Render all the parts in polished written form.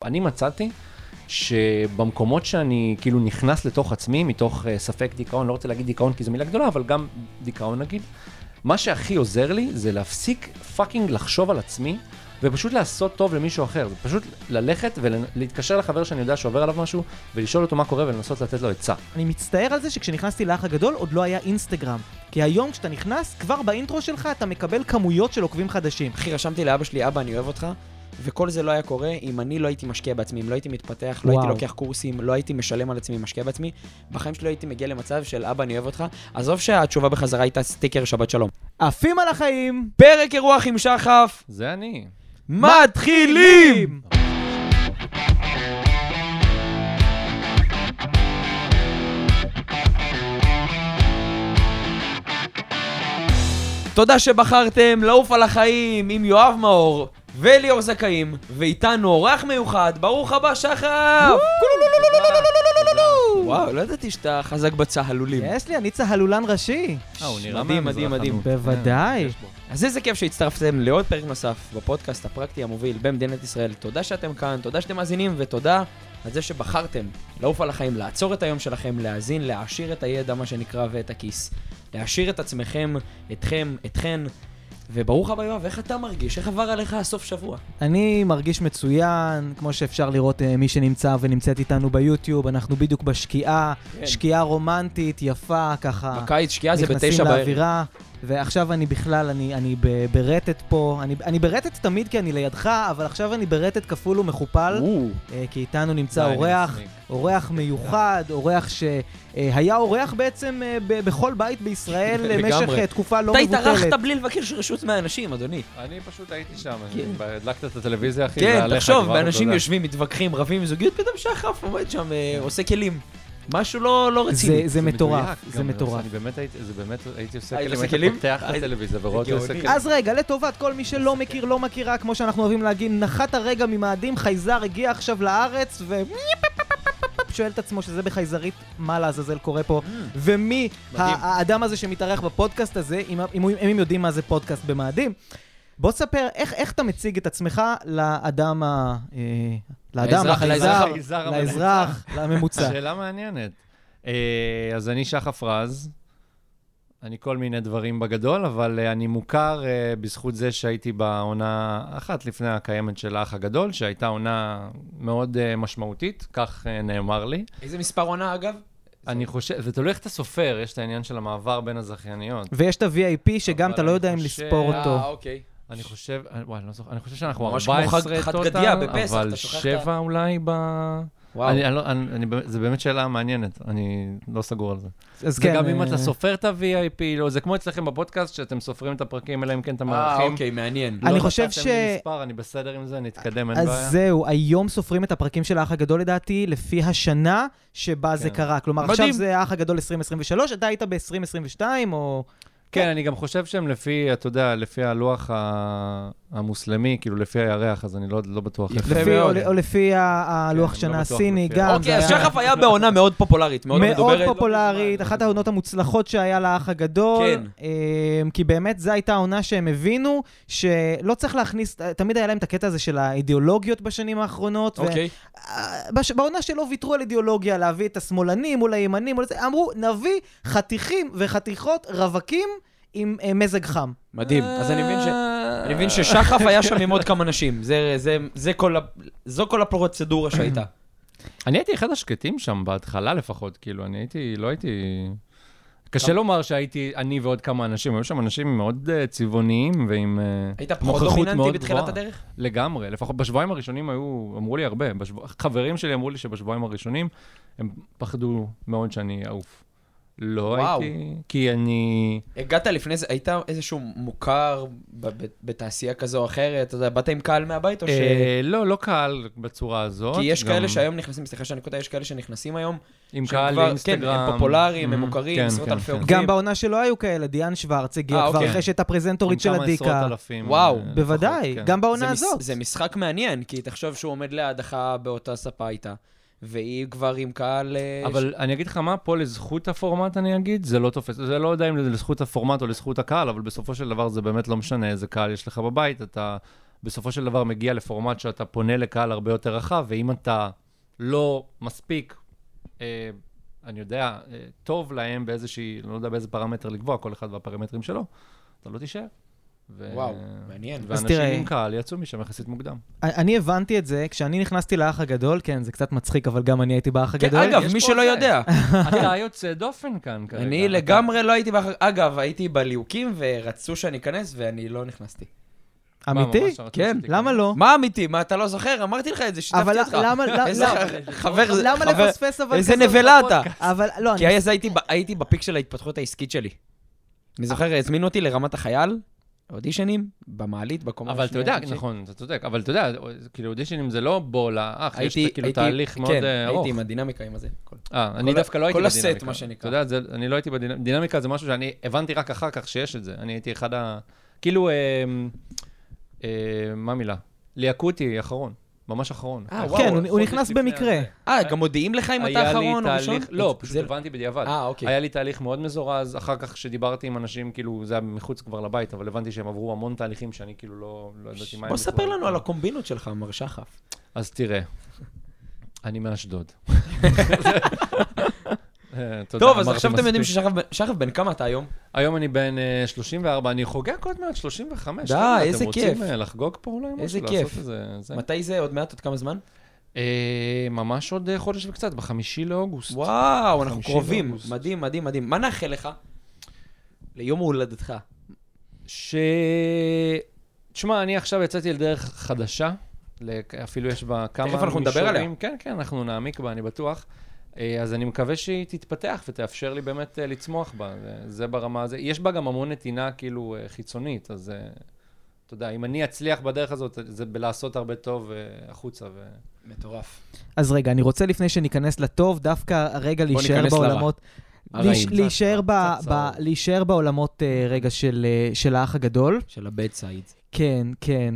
אני מצאתי שבמקומות שאני כאילו נכנס לתוך עצמי, מתוך ספק דיכאון, לא רוצה להגיד דיכאון כי זו מילה גדולה, אבל גם דיכאון נגיד, מה שהכי עוזר לי זה להפסיק פאקינג לחשוב על עצמי, ופשוט לעשות טוב למישהו אחר. זה פשוט ללכת ולהתקשר לחבר שאני יודע שעובר עליו משהו, ולשאול אותו מה קורה ולנסות לתת לו עצה. אני מצטער על זה שכשנכנסתי לאח הגדול עוד לא היה אינסטגרם. כי היום כשאתה נכנס, כבר באינטרו שלך אתה מקבל כמויות של עוקבים חדשים. אחי, רשמתי לאבא שלי, אבא, אני אוהב אותך, וכל זה לא היה קורה אם אני לא הייתי משקיע בעצמי, אם לא הייתי מתפתח, לא הייתי לוקח קורסים, לא הייתי משלם על עצמי, משקיע בעצמי. בחיים שלי לא הייתי מגיע למצב של אבא, אני אוהב אותך. עזוב שהתשובה בחזרה הייתה סטיקר שבת שלום. עפים על החיים! פרק אירוח עם שחף! זה אני. מתחילים! תודה שבחרתם לעוף על החיים עם יואב מאור וליאור זכאים, ואיתנו אורח מיוחד, ברוך הבא שחף! וואו, לא ידעתי שאתה חזק בצהלולים. יש לי, אני צהלולן ראשי. הוא נראה מדהים. בוודאי. אז איזה כיף שהצטרפתם לעוד פרק נוסף בפודקאסט הפרקטי המוביל במדינת ישראל. תודה שאתם כאן, תודה שאתם מאזינים, ותודה על זה שבחרתם לעוף על החיים, לעצור את היום שלכם, להאזין, להעשיר את הידע, מה שנקרא, ואת הכיס. להעשיר את עצמכם, אתכן. וברוך הבא יואב, איך אתה מרגיש? איך עבר עליך הסוף שבוע? אני מרגיש מצוין, כמו שאפשר לראות מי שנמצא ונמצאת איתנו ביוטיוב, אנחנו בדיוק בשקיעה, שקיעה רומנטית, יפה, ככה. בקיץ שקיעה זה נכנסים לאווירה, ועכשיו אני בכלל, אני ברטט פה, אני ברטט תמיד כי אני לידך, אבל עכשיו אני ברטט כפול ומכופל, כי איתנו נמצא אורח מיוחד, אורח שהיה אורח בעצם בכל בית בישראל למשך תקופה לא מבוטלת. אתה התארחת בלי לבקש רשות מהאנשים, אדוני. אני פשוט הייתי שם, הדלקת את הטלוויזיה הכי, כן, תחשוב, באנשים יושבים, מתווכחים, רבים זוגיות, פתאום שחף עומד שם, עושה כלים. משהו לא רציני. זה מטורף, זה מטורף. אני באמת הייתי עושה כלים, הייתי פותח את הטלוויזיה ורואה אותי עושה כלים. אז רגע, לטובת כל מי שלא מכיר, לא מכירה, כמו שאנחנו אוהבים להגיד, נחת הרגע ממאדים, חייזר הגיע עכשיו לארץ, שואל את עצמו שזה בחייזרית, מה לעזאזל קורה פה, ומי האדם הזה שמתארח בפודקאסט הזה, אם הם יודעים מה זה פודקאסט במאדים. בוא תספר, איך אתה מציג את עצמך לאדם, לחייזר, לאזרח, לממוצע. שאלה מעניינת. אז אני שחף רז, אני כל מיני דברים בגדול, אבל אני מוכר בזכות זה שהייתי בעונה אחת לפני הקיימת של האח הגדול, שהייתה עונה מאוד משמעותית, כך נאמר לי. איזה מספר עונה אגב? אני חושב, זה תלוי איך אתה סופר, יש את העניין של המעבר בין הזכייניות. ויש את ה-VIP שגם אתה לא יודע אם לספור אותו. אוקיי. אני חושב, וואי, לא זוכר, אני חושב שאנחנו ממש 14 טוטל, אבל 7 אולי זה באמת שאלה מעניינת, אני לא סגור על זה. זה גם אם אתה סופר את ה-VIP, זה כמו אצלכם בפודקאסט, שאתם סופרים את הפרקים, אלא אם כן את המערכים. אוקיי, מעניין. אני חושב אני בסדר עם זה, נתקדם, אין בעיה. אז זהו, היום סופרים את הפרקים של האח הגדול לדעתי, לפי השנה שבה זה קרה. כלומר, עכשיו זה האח הגדול 2023, אתה היית ב-2022 או... כן, אני גם חושב שהם לפי, אתה יודע, לפי הלוח המוסלמי, כאילו לפי הירח, אז אני לא בטוח. או לפי הלוח שנה הסיני, גם. אוקיי, אז שחף היה בעונה מאוד פופולרית, מאוד מדוברת. מאוד פופולרית, אחת העונות המוצלחות שהיה לאח הגדול, כי באמת זו הייתה העונה שהם הבינו, שלא צריך להכניס, תמיד היה להם את הקטע הזה של האידיאולוגיות בשנים האחרונות, בעונה שלא ויתרו על אידיאולוגיה, להביא את השמאלנים מול הימנים, אמרו, נביא חתיכים וחתיכות רווקים, עם מזג חם. מדהים. אז אני מבין ששחף היה שם עם עוד כמה נשים. זו כל הפרוצדורה שהייתה. אני הייתי אחד השקטים שם בהתחלה לפחות, כאילו, לא הייתי... קשה לומר שהייתי אני ועוד כמה אנשים, היו שם אנשים מאוד צבעוניים ועם היית פחות דומיננטי בתחילת הדרך? לגמרי, לפחות בשבועיים הראשונים אמרו לי הרבה, חברים שלי אמרו לי שבשבועיים הראשונים הם פחדו מאוד שאני אעוף. לא הייתי, כי אני... הגעת לפני זה, היית איזשהו מוכר בתעשייה כזו או אחרת? אתה יודע, באת עם קהל מהבית או ש... לא קהל בצורה הזאת. כי יש כאלה שהיום נכנסים, סליחה שאני קוטע, יש כאלה שנכנסים היום, עם קהל לאינסטגרם. כן, הם פופולריים, הם מוכרים, עשרות אלפי עוקבים. גם בעונה שלא היו כאלה, דיאן שוורץ הגיע כבר אחרי שהייתה פרזנטורית של הדיקה. עם כמה עשרות אלפים. וואו. בוודאי, גם בעונה הזאת. זה משחק מעניין, כי תחשוב שהוא עומד לידך באותה ספה איתה. והיא כבר עם קהל... אבל אני אגיד לך מה, פה לזכות הפורמט אני אגיד, זה לא תופס, זה לא יודע אם זה לזכות הפורמט או לזכות הקהל, אבל בסופו של דבר זה באמת לא משנה איזה קהל יש לך בבית, אתה בסופו של דבר מגיע לפורמט שאתה פונה לקהל הרבה יותר רחב, ואם אתה לא מספיק, אני יודע, טוב להם באיזושהי, לא יודע באיזה פרמטר לקבוע, כל אחד והפרמטרים שלו, אתה לא תישאר. וואו, מעניין. ואנשים עם קהל יצאו משם יחסית מוקדם. אני הבנתי את זה, כשאני נכנסתי לאח הגדול, כן, זה קצת מצחיק, אבל גם אני הייתי באח הגדול. אגב, מי שלא יודע. אתה יוצא דופן כאן כרגע. אני לגמרי לא הייתי באח הגדול. אגב, הייתי בליהוקים ורצו שאני אכנס ואני לא נכנסתי. אמיתי? כן. למה לא? מה אמיתי? מה, אתה לא זוכר? אמרתי לך את זה, שיתפתי אותך. למה לפספס אבל איזה נבלה אתה. אבל לא, כי אז הייתי בפיק של ההתפתחות העסקית שלי. אני זוכר, הזמינו אותי לרמת החייל, אודישנים, במעלית, בקומה אבל אתה יודע, נכון, אתה צודק, אבל אתה יודע, כאילו אודישנים זה לא בוא לאח, יש כאילו תהליך מאוד ארוך. כן, הייתי עם הדינמיקה עם הזה. אני דווקא לא הייתי בדינמיקה. כל הסט, מה שנקרא. אתה יודע, אני לא הייתי בדינמיקה. דינמיקה זה משהו שאני הבנתי רק אחר כך שיש את זה. אני הייתי אחד כאילו, מה מילה? ליאקוטי אחרון. ממש אחרון. כן, הוא נכנס במקרה. גם מודיעים לך אם אתה אחרון או ראשון? לא, פשוט הבנתי בדיעבד. אוקיי. היה לי תהליך מאוד מזורז, אחר כך שדיברתי עם אנשים, כאילו, זה היה מחוץ כבר לבית, אבל הבנתי שהם עברו המון תהליכים שאני כאילו לא ידעתי מה הם... בוא ספר לנו על הקומבינות שלך, מר שחף. אז תראה, אני מאשדוד. טוב, אז עכשיו אתם יודעים ששחף בן כמה אתה היום? היום אני בן 34, אני חוגג עוד מעט 35. די, איזה כיף. אתם רוצים לחגוג פה אולי משהו? איזה כיף. מתי זה? עוד מעט? עוד כמה זמן? ממש עוד חודש וקצת, ב5 לאוגוסט. וואו, אנחנו קרובים. מדהים, מדהים, מדהים. מה נאחל לך? ליום הולדתך. תשמע, אני עכשיו יצאתי לדרך חדשה, אפילו יש בה כמה תכף אנחנו נדבר עליה. כן, כן, אנחנו נעמיק בה, אני בטוח. אז אני מקווה שהיא תתפתח ותאפשר לי באמת לצמוח בה, זה ברמה הזה. יש בה גם המון נתינה כאילו חיצונית, אז אתה יודע, אם אני אצליח בדרך הזאת, זה בלעשות הרבה טוב החוצה. מטורף. אז רגע, אני רוצה לפני שניכנס לטוב, דווקא רגע להישאר בעולמות... להישאר בעולמות רגע של האח הגדול. של הבית סייד. כן, כן.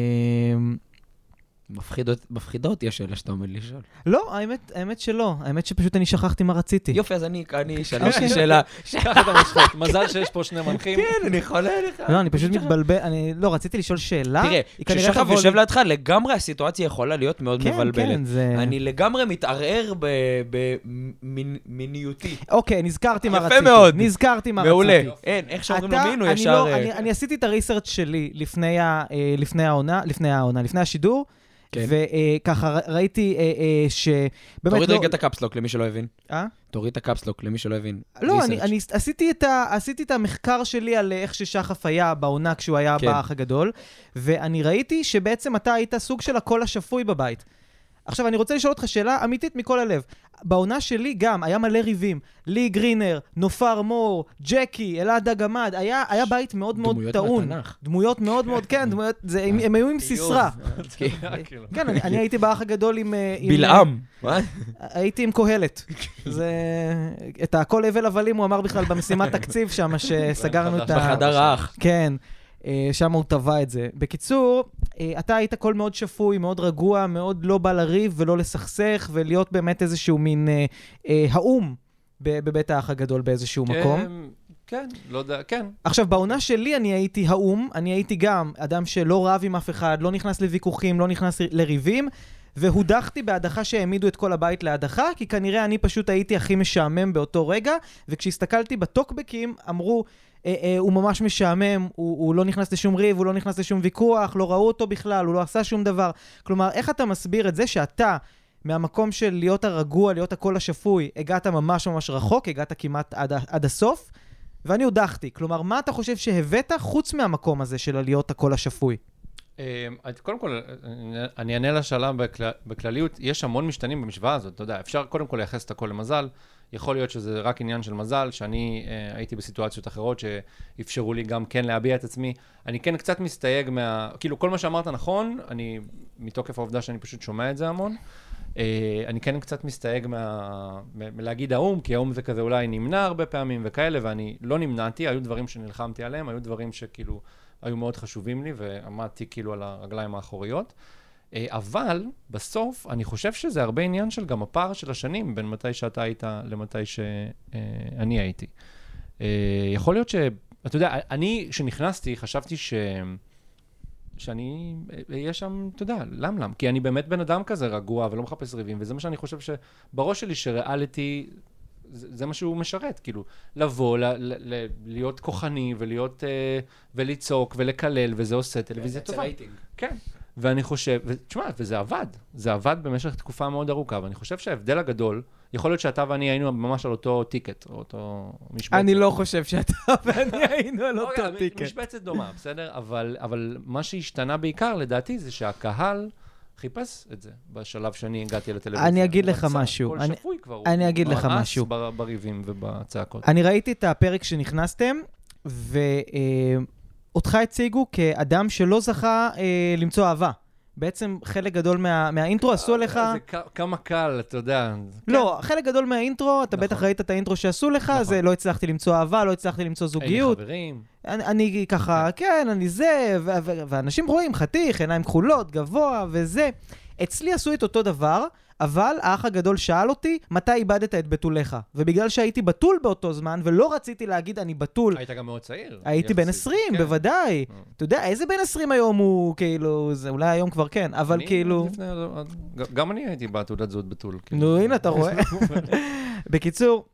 מפחידה אותי השאלה שאתה עומד לשאול. לא, האמת שלא. האמת שפשוט אני שכחתי מה רציתי. יופי, אז אני שאלה שאלה. ככה אתה משחק. מזל שיש פה שני מנחים. כן, אני חולה לך. לא, אני פשוט מתבלבל. לא, ררציתי לשאול שאלה. תראה, כששחף יושב לידך, לגמרי הסיטואציה יכולה להיות מאוד מבלבלת. אני לגמרי מתערער במיניותי. אוקיי, נזכרתי מה רציתי. יפה מאוד. נזכרתי מה רציתי. מעולה. אין, איך שאומרים לו מינו ישר... אני עשיתי את הריסרצ' שלי לפני השידור. וככה ראיתי תוריד רגע את הקפסלוק למי שלא הבין. תוריד את הקפסלוק למי שלא הבין. לא, אני עשיתי את המחקר שלי על איך ששחף היה בעונה כשהוא היה באח הגדול, ואני ראיתי שבעצם אתה היית סוג של הקול השפוי בבית. עכשיו, אני רוצה לשאול אותך שאלה אמיתית מכל הלב. בעונה שלי גם היה מלא ריבים. לי גרינר, נופר מור, ג'קי, אלעד הגמד. היה בית מאוד מאוד טעון. דמויות מאוד מאוד, כן, הם היו עם סיסרה. כן, אני הייתי באח הגדול עם... בלעם. הייתי עם קהלת. את הכל הבל הבלים הוא אמר בכלל במשימת תקציב שם, שסגרנו את ה... בחדר האח. כן. שם הוא טבע את זה. בקיצור, אתה היית קול מאוד שפוי, מאוד רגוע, מאוד לא בא לריב ולא לסכסך, ולהיות באמת איזשהו מין האום בבית האח הגדול באיזשהו מקום. כן, לא יודע, כן. עכשיו, בעונה שלי אני הייתי האום, אני הייתי גם אדם שלא רב עם אף אחד, לא נכנס לוויכוחים, לא נכנס לריבים, והודחתי בהדחה שהעמידו את כל הבית להדחה, כי כנראה אני פשוט הייתי הכי משעמם באותו רגע, וכשהסתכלתי בטוקבקים, אמרו, הוא ממש משעמם, הוא לא נכנס לשום ריב, הוא לא נכנס לשום ויכוח, לא ראו אותו בכלל, הוא לא עשה שום דבר. כלומר, איך אתה מסביר את זה שאתה, מהמקום של להיות הרגוע, להיות הקול השפוי, הגעת ממש ממש רחוק, הגעת כמעט עד הסוף, ואני הודחתי. כלומר, מה אתה חושב שהבאת חוץ מהמקום הזה של להיות הקול השפוי? קודם כל, אני אענה לשאלה בכלליות, יש המון משתנים במשוואה הזאת, אתה יודע, אפשר קודם כל לייחס את הכל למזל, יכול להיות שזה רק עניין של מזל, שאני הייתי בסיטואציות אחרות שאפשרו לי גם כן להביע את עצמי, אני כן קצת מסתייג כאילו כל מה שאמרת נכון, אני מתוקף העובדה שאני פשוט שומע את זה המון, אני כן קצת מסתייג מלהגיד האום, כי האום זה כזה אולי נמנע הרבה פעמים וכאלה, ואני לא נמנעתי, היו דברים שנלחמתי עליהם, היו דברים שכאילו היו מאוד חשובים לי, ועמדתי כאילו על הרגליים האחוריות. אבל בסוף אני חושב שזה הרבה עניין של גם הפער של השנים, בין מתי שאתה היית למתי שאני הייתי. יכול להיות אתה יודע, אני שנכנסתי חשבתי שאני אהיה שם, אתה יודע, למה? כי אני באמת בן אדם כזה רגוע ולא מחפש ריבים, וזה מה שאני חושב שבראש שלי שריאליטי, זה מה שהוא משרת, כאילו, לבוא, להיות כוחני ולהיות, וליצוק ולקלל, וזה עושה טלוויזיה טובה. כן. ואני חושב, תשמע, וזה עבד. זה עבד במשך תקופה מאוד ארוכה, ואני חושב שההבדל הגדול, יכול להיות שאתה ואני היינו ממש על אותו טיקט, או אותו משבצת. אני לא חושב שאתה ואני היינו על אותו טיקט. משבצת דומה, בסדר? אבל מה שהשתנה בעיקר, לדעתי, זה שהקהל חיפש את זה, בשלב שאני הגעתי לטלוויזיה. אני אגיד לך משהו. כל שבוי כבר. אני אגיד לך משהו. בריבים ובצעקות. אני ראיתי את הפרק שנכנסתם, אותך הציגו כאדם שלא זכה למצוא אהבה. בעצם חלק גדול מהאינטרו עשו לך... כמה קל, אתה יודע. לא, חלק גדול מהאינטרו, אתה בטח ראית את האינטרו שעשו לך, זה לא הצלחתי למצוא אהבה, לא הצלחתי למצוא זוגיות. אין חברים. אני ככה, כן, אני זה, ואנשים רואים חתיך, עיניים כחולות, גבוה וזה. אצלי עשו את אותו דבר, אבל האח הגדול שאל אותי, מתי איבדת את בתולך? ובגלל שהייתי בתול באותו זמן, ולא רציתי להגיד אני בתול. היית גם מאוד צעיר. הייתי בן 20, בוודאי. אתה יודע, איזה בן 20 היום הוא, כאילו, אולי היום כבר כן, אבל כאילו... גם אני הייתי בתעודת זהות בתול. נו, הנה, אתה רואה. בקיצור,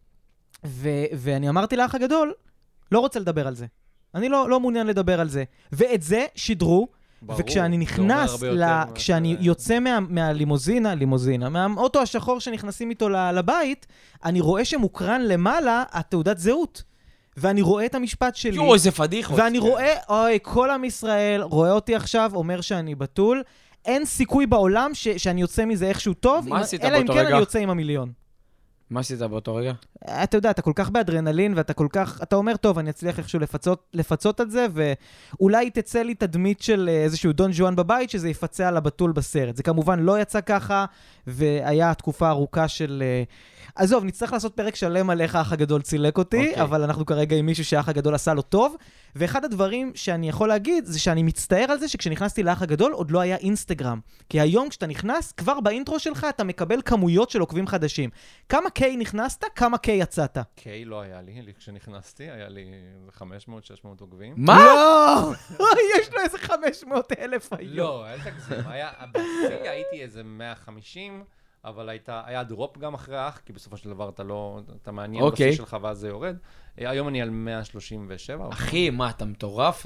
ואני אמרתי לאח הגדול, לא רוצה לדבר על זה. אני לא מעוניין לדבר על זה. ואת זה שידרו, וכשאני נכנס, כשאני יוצא מהלימוזינה, מהאוטו השחור שנכנסים איתו לבית, אני רואה שמוקרן למעלה התעודת זהות. ואני רואה את המשפט שלי. יו, איזה פדיחות. ואני רואה, אוי, כל עם ישראל רואה אותי עכשיו, אומר שאני בתול. אין סיכוי בעולם שאני יוצא מזה איכשהו טוב, אלא אם כן אני יוצא עם המיליון. מה עשית באותו רגע? אתה יודע, אתה כל כך באדרנלין, ואתה כל כך, אתה אומר, טוב, אני אצליח איכשהו לפצות על זה, ואולי תצא לי תדמית של איזשהו דון ז'ואן בבית, שזה יפצה על הבתול בסרט. זה כמובן לא יצא ככה, והיה תקופה ארוכה של... עזוב, נצטרך לעשות פרק שלם על איך האח הגדול צילק אותי, אבל אנחנו כרגע עם מישהו שהאח הגדול עשה לו טוב, ואחד הדברים שאני יכול להגיד, זה שאני מצטער על זה שכשנכנסתי לאח הגדול, עוד לא היה אינסטגרם. כי היום כשאתה נכנס, כבר באינטרו שלך, אתה מקבל כמויות של עוקבים חדשים. כמה K נכנסת, כמה K יצאת. K לא היה לי, כשנכנסתי, היה לי 500-600 עוקבים. מה? לא! יש לו איזה 500,000 היום. לא, אל תגזים. הייתי איזה 150, אבל היה דרופ גם אחרי האח, כי בסופו של דבר אתה מעניין בשיא שלך ואז זה יורד. היום אני על 137. אחי, מה, אתה מטורף?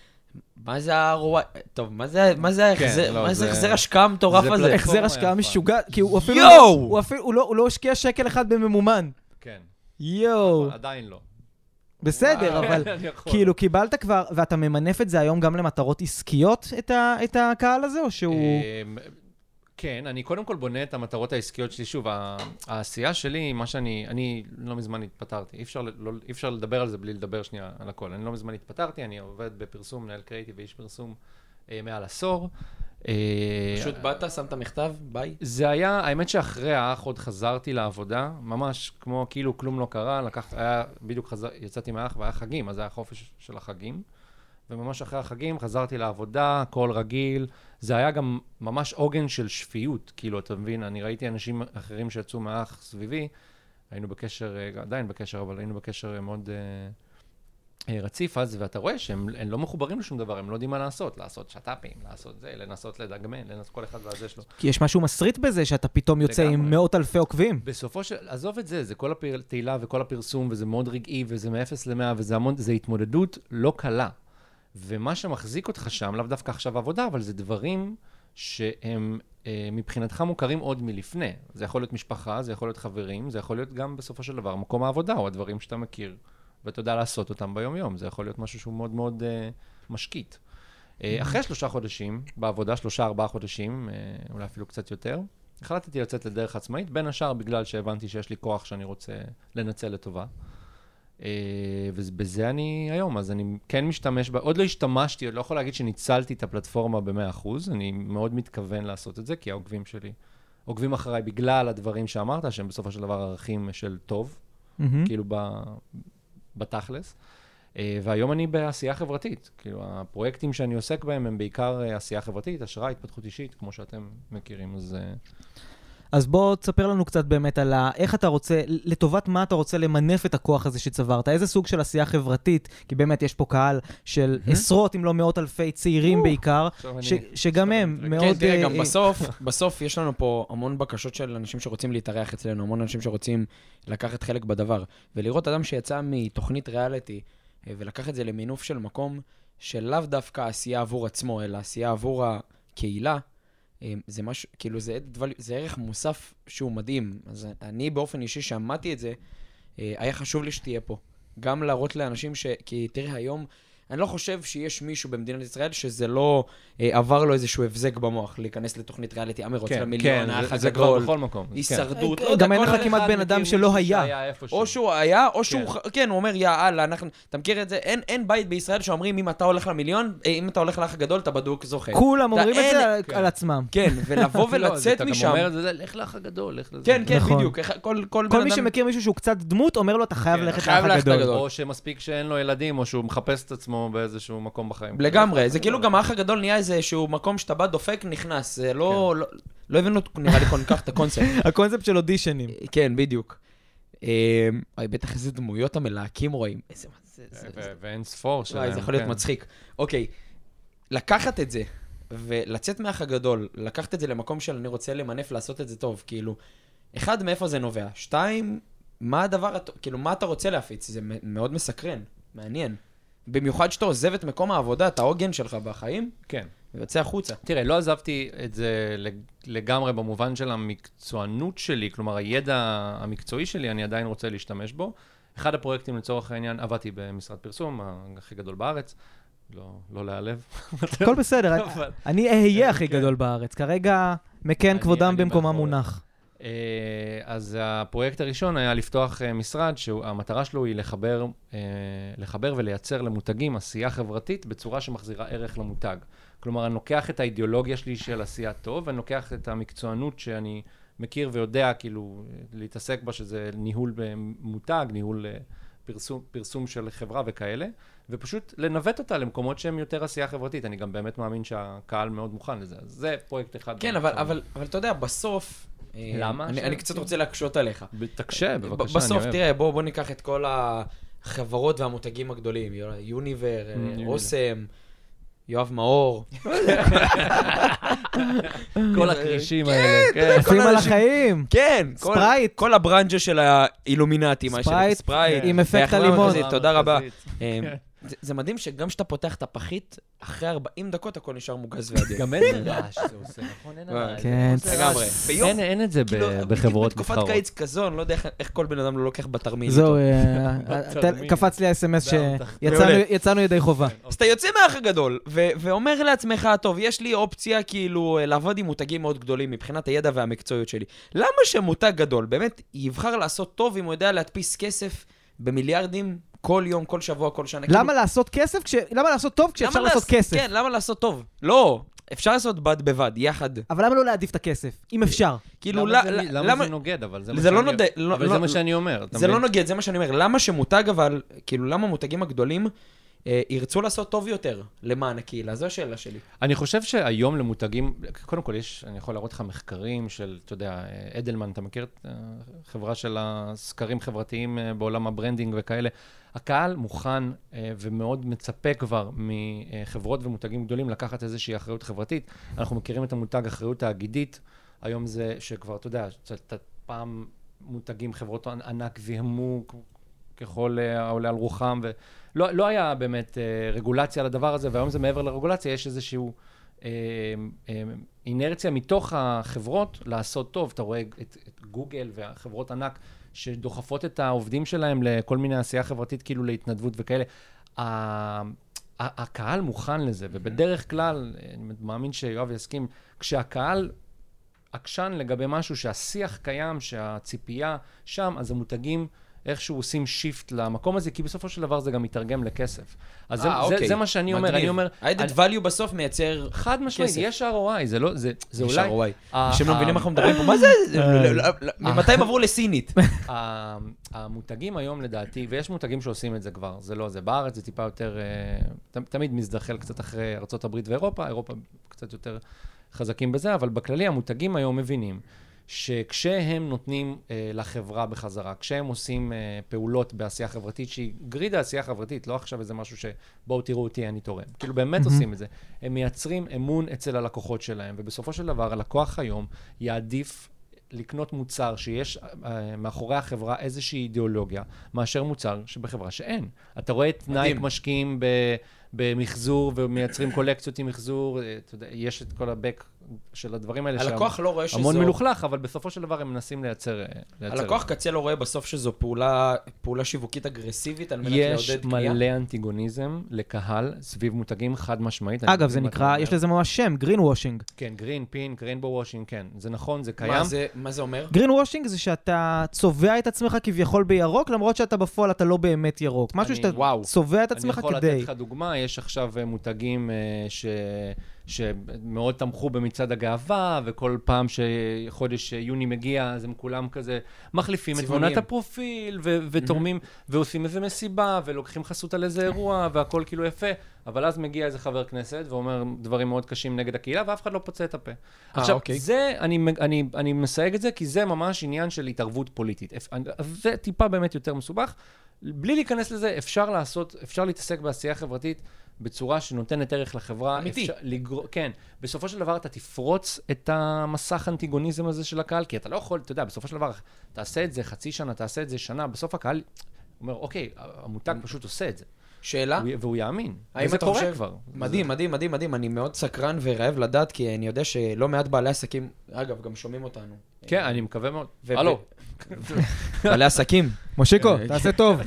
מה זה הרוע... טוב, מה זה החזר השקעה המטורף הזה? החזר השקעה משוגע, כי הוא אפילו... הוא לא השקיע שקל אחד בממומן. כן. יואו. עדיין לא. בסדר, אבל כאילו קיבלת כבר, ואתה ממנף את זה היום גם למטרות עסקיות, את הקהל הזה, או שהוא... כן, אני קודם כל בונה את המטרות העסקיות שלי. שוב, העשייה שלי, מה אני לא מזמן התפטרתי. אי אפשר לדבר על זה בלי לדבר שנייה על הכל. אני לא מזמן התפטרתי, אני עובד בפרסום, מנהל קריאיטיב ואיש פרסום מעל עשור. פשוט באת, שמת מכתב, ביי. זה היה, האמת שאחרי האח עוד חזרתי לעבודה, ממש כמו כאילו כלום לא קרה, בדיוק יצאתי מהאח והיה חגים, אז היה חופש של החגים. וממש אחרי החגים חזרתי לעבודה, הכל רגיל. זה היה גם ממש עוגן של שפיות, כאילו, אתה מבין, אני ראיתי אנשים אחרים שיצאו מהאח סביבי, היינו בקשר, עדיין בקשר, אבל היינו בקשר מאוד רציף אז, ואתה רואה שהם לא מחוברים לשום דבר, הם לא יודעים מה לעשות שטאפים, לעשות זה, לנסות לדגמן, לנסות כל אחד והזה שלו. כי יש משהו מסריט בזה, שאתה פתאום יוצא עם מאות אלפי עוקבים. בסופו של, עזוב את זה, זה כל התהילה וכל הפרסום, וזה מאוד רגעי, וזה מ-0 ל-100, וזה המון, זה התמודדות לא קלה. ומה שמחזיק אותך שם, לאו דווקא עכשיו עבודה, אבל זה דברים שהם מבחינתך מוכרים עוד מלפני. זה יכול להיות משפחה, זה יכול להיות חברים, זה יכול להיות גם בסופו של דבר מקום העבודה, או הדברים שאתה מכיר, ואתה יודע לעשות אותם ביום-יום. זה יכול להיות משהו שהוא מאוד מאוד משקיט. אחרי 3 חודשים, בעבודה 3-4 חודשים, אולי אפילו קצת יותר, החלטתי לצאת לדרך עצמאית, בין השאר בגלל שהבנתי שיש לי כוח שאני רוצה לנצל לטובה. ובזה אני היום, אז אני כן משתמש בה, עוד לא השתמשתי, עוד לא יכול להגיד שניצלתי את הפלטפורמה ב100%, אני מאוד מתכוון לעשות את זה, כי העוקבים שלי, עוקבים אחריי בגלל הדברים שאמרת, שהם בסופו של דבר ערכים של טוב, כאילו בתכלס, והיום אני בעשייה חברתית, כאילו הפרויקטים שאני עוסק בהם הם בעיקר עשייה חברתית, השראה, התפתחות אישית, כמו שאתם מכירים, אז... אז בוא תספר לנו קצת באמת על איך אתה רוצה, לטובת מה אתה רוצה למנף את הכוח הזה שצברת, איזה סוג של עשייה חברתית, כי באמת יש פה קהל של עשרות אם לא מאות אלפי צעירים בעיקר, שגם הם מאוד... כן, גם בסוף יש לנו פה המון בקשות של אנשים שרוצים להתארח אצלנו, המון אנשים שרוצים לקחת חלק בדבר, ולראות אדם שיצא מתוכנית ריאליטי, ולקח את זה למינוף של מקום, שלאו דווקא עשייה עבור עצמו, אלא עשייה עבור הקהילה, זה משהו, כאילו זה ערך מוסף שהוא מדהים. אז אני באופן אישי שמעתי את זה, היה חשוב לי שתהיה פה. גם להראות לאנשים כי תראה היום, אני לא חושב שיש מישהו במדינת ישראל שזה לא עבר לו איזשהו הבזק במוח, להיכנס לתוכנית ריאליטי, אמר רוצה למיליון, האח הגדול. זה כבר בכל מקום. הישרדות. גם אין לך כמעט בן אדם שלא היה. או שהוא היה, או שהוא, כן, הוא אומר, יאללה, אתה מכיר את זה? אין בית בישראל שאומרים, אם אתה הולך למיליון, אם אתה הולך לאח הגדול, אתה בדוק זוכה. כולם אומרים את זה על עצמם. כן, ולבוא ולצאת משם. אתה גם אומר את זה, לך לאח הגדול, לך לזה. כן, כן, בדיוק. כל מי שמכיר מישהו שהוא קצת דמות, אומר לו, אתה חייב ללכת לאח הגדול. או שמספיק שאין לו ילדים, או שהוא מחפש את עצמו באיזשהו מקום בחיים. לגמרי, זה כאילו גם האח הגדול נהיה איזשהו מקום שאתה בא דופק נכנס, זה לא הבנו נראה לי כל כך את הקונספט. הקונספט של אודישנים. כן, בדיוק. בטח איזה דמויות המלהקים רואים. ואין ספור שלהם. זה יכול להיות מצחיק. אוקיי, לקחת את זה, ולצאת מהאח הגדול, לקחת את זה למקום של אני רוצה למנף לעשות את זה טוב, כאילו, אחד, מאיפה זה נובע? שתיים, מה הדבר, כאילו, מה אתה רוצה להפיץ? זה מאוד מסקרן, מעניין. במיוחד שאתה עוזב את מקום העבודה, את העוגן שלך בחיים, כן. ויוצא החוצה. תראה, לא עזבתי את זה לגמרי במובן של המקצוענות שלי, כלומר, הידע המקצועי שלי, אני עדיין רוצה להשתמש בו. אחד הפרויקטים לצורך העניין, עבדתי במשרד פרסום, הכי גדול בארץ, לא להיעלב. הכל בסדר, אני אהיה הכי גדול בארץ, כרגע מכן כבודם במקומה מונח. אז הפרויקט הראשון היה לפתוח משרד שהמטרה שלו היא לחבר ולייצר למותגים עשייה חברתית בצורה שמחזירה ערך למותג. כלומר, אני לוקח את האידיאולוגיה שלי של עשייה טוב, ואני לוקח את המקצוענות שאני מכיר ויודע, כאילו, להתעסק בה, שזה ניהול במותג, ניהול פרסום של חברה וכאלה, ופשוט לנווט אותה למקומות שהם יותר עשייה חברתית. אני גם באמת מאמין שהקהל מאוד מוכן לזה. אז זה פרויקט אחד. כן, אבל אתה יודע, בסוף... למה? אני קצת רוצה להקשות עליך. תקשה, בבקשה. בסוף, תראה, בוא ניקח את כל החברות והמותגים הגדולים, יוניבר, אוסם, יואב מאור. כל הקרישים האלה. עפים על החיים. כן. ספרייט. כל הברנג'ה של האילומינטי. ספרייט. עם אפקט הלימון. תודה רבה. זה מדהים שגם שאתה פותח את הפחית, אחרי 40 דקות הכל נשאר מוגז ועדין. גם אין רעש זה עושה, נכון? אין רעש. כן, לגמרי. אין את זה בחברות מתחרות. בתקופת קיץ כזו, אני לא יודע איך כל בן אדם לא לוקח בתרמיל. זהו, קפץ לי ה-SMS שיצאנו ידי חובה. אז אתה יוצא מהאח הגדול, ואומר לעצמך, טוב, יש לי אופציה כאילו לעבוד עם מותגים מאוד גדולים מבחינת הידע והמקצועיות שלי. למה שמותג גדול באמת יבחר לעשות טוב אם הוא יודע להדפיס כסף במיליארדים כל יום, כל שבוע, כל שנה? למה לעשות כסף? למה לעשות טוב כשאפשר לעשות כסף? כן, למה לעשות טוב? לא, אפשר לעשות בד בבד, יחד. אבל למה לא להעדיף את הכסף, אם אפשר? כאילו, למה זה נוגד, אבל זה מה שאני אומר. זה לא נוגד, זה מה שאני אומר. למה שמותג אבל, כאילו, למה מותגים הגדולים ירצו לעשות טוב יותר למען הקהילה? זו השאלה שלי. אני חושב שהיום למותגים, קודם כל אני יכול להראות לך מחקרים של, אתה יודע, אדלמן, אתה מכיר את החברה של הסקרים חברתיים בעולם הברנדינג וכאלה? הקהל מוכן ומאוד מצפה כבר מחברות ומותגים גדולים לקחת איזושהי אחריות חברתית. אנחנו מכירים את המותג אחריות תאגידית. היום זה שכבר, אתה יודע, פעם מותגים, חברות ענק זיהמו ככל העולה על רוחם, ולא היה באמת רגולציה לדבר הזה, והיום זה מעבר לרגולציה, יש איזשהו אינרציה מתוך החברות לעשות טוב. אתה רואה את גוגל והחברות ענק שדוחפות את העובדים שלהם לכל מיני עשייה חברתית, כאילו להתנדבות וכאלה. הקהל מוכן לזה, ובדרך כלל, אני מאמין שיואב יסכים, כשהקהל עקשן לגבי משהו שהשיח קיים, שהציפייה שם, אז המותגים איכשהו עושים שיפט למקום הזה, כי בסופו של דבר זה גם מתרגם לכסף. אז זה מה שאני אומר. אני אומר, ה-added value בסוף מייצר חד משמעית, יש ROI, זה אולי... אנשים לא מבינים איך אנחנו מדברים פה, מה זה? ממתי הם עברו לסינית? המותגים היום לדעתי, ויש מותגים שעושים את זה כבר, זה לא, זה בארץ, זה טיפה יותר, תמיד מזדחל קצת אחרי ארצות הברית ואירופה, אירופה קצת יותר חזקים בזה, אבל בכללי המותגים היום מבינים שכשהם נותנים לחברה בחזרה, כשהם עושים פעולות בעשייה חברתית, שהיא גרידה עשייה חברתית, לא עכשיו איזה משהו שבואו תראו אותי, אני תורם. כאילו באמת עושים את זה. הם מייצרים אמון אצל הלקוחות שלהם, ובסופו של דבר הלקוח היום יעדיף לקנות מוצר שיש מאחורי החברה איזושהי אידיאולוגיה, מאשר מוצר שבחברה שאין. אתה רואה את נייק משקיעים במחזור ומייצרים קולקציות עם מחזור, אתה יודע, יש את כל הבק של הדברים האלה. הלקוח לא רואה שזו... המון מלוכלך, אבל בסופו של דבר הם מנסים לייצר... הלקוח קצה לא רואה בסוף שזו פעולה שיווקית אגרסיבית על מנת לעודד קנייה. יש מלא אנטיגוניזם לקהל סביב מותגים חד משמעית. אגב, זה נקרא, יש לזה ממש שם, גרין וושינג. כן, גרין, פינק, ריינבו וושינג, כן. זה נכון, זה קיים. מה זה אומר? גרין וושינג זה שאתה צובע את עצמך כביכול בירוק, למרות שאתה בפועל אתה לא באמת ירוק. משהו שאתה צובע את עצמך כדי... אני יכול לתת לך דוגמה, יש עכשיו מותגים שמאוד תמכו במצעד הגאווה, וכל פעם שחודש יוני מגיע, אז הם כולם כזה מחליפים את תמונת הפרופיל, ותורמים, ועושים איזה מסיבה, ולוקחים חסות על איזה אירוע, והכל כאילו יפה, אבל אז מגיע איזה חבר כנסת, ואומר דברים מאוד קשים נגד הקהילה, ואף אחד לא פוצע את הפה. עכשיו, זה, אני מסייג את זה, כי זה ממש עניין של התערבות פוליטית. זה טיפה באמת יותר מסובך. בלי להיכנס לזה, אפשר להתעסק בעשייה חברתית, בצורה שנותנת ערך לחברה. אמיתי. כן. בסופו של דבר אתה תפרוץ את המסך אנטיגוניזם הזה של הקהל, כי אתה לא יכול, אתה יודע, בסופו של דבר, תעשה את זה חצי שנה, תעשה את זה שנה, בסוף הקהל אומר, אוקיי, המותג פשוט עושה את זה. שאלה? והוא יאמין. האם אתה חושב? כבר. מדהים, מדהים, מדהים, מדהים. אני מאוד סקרן ורעב לדעת, כי אני יודע שלא מעט בעלי עסקים, אגב, גם שומעים אותנו. כן, אני מקווה מאוד. הלו. בעלי עסקים. מושיקו, תעשה טוב.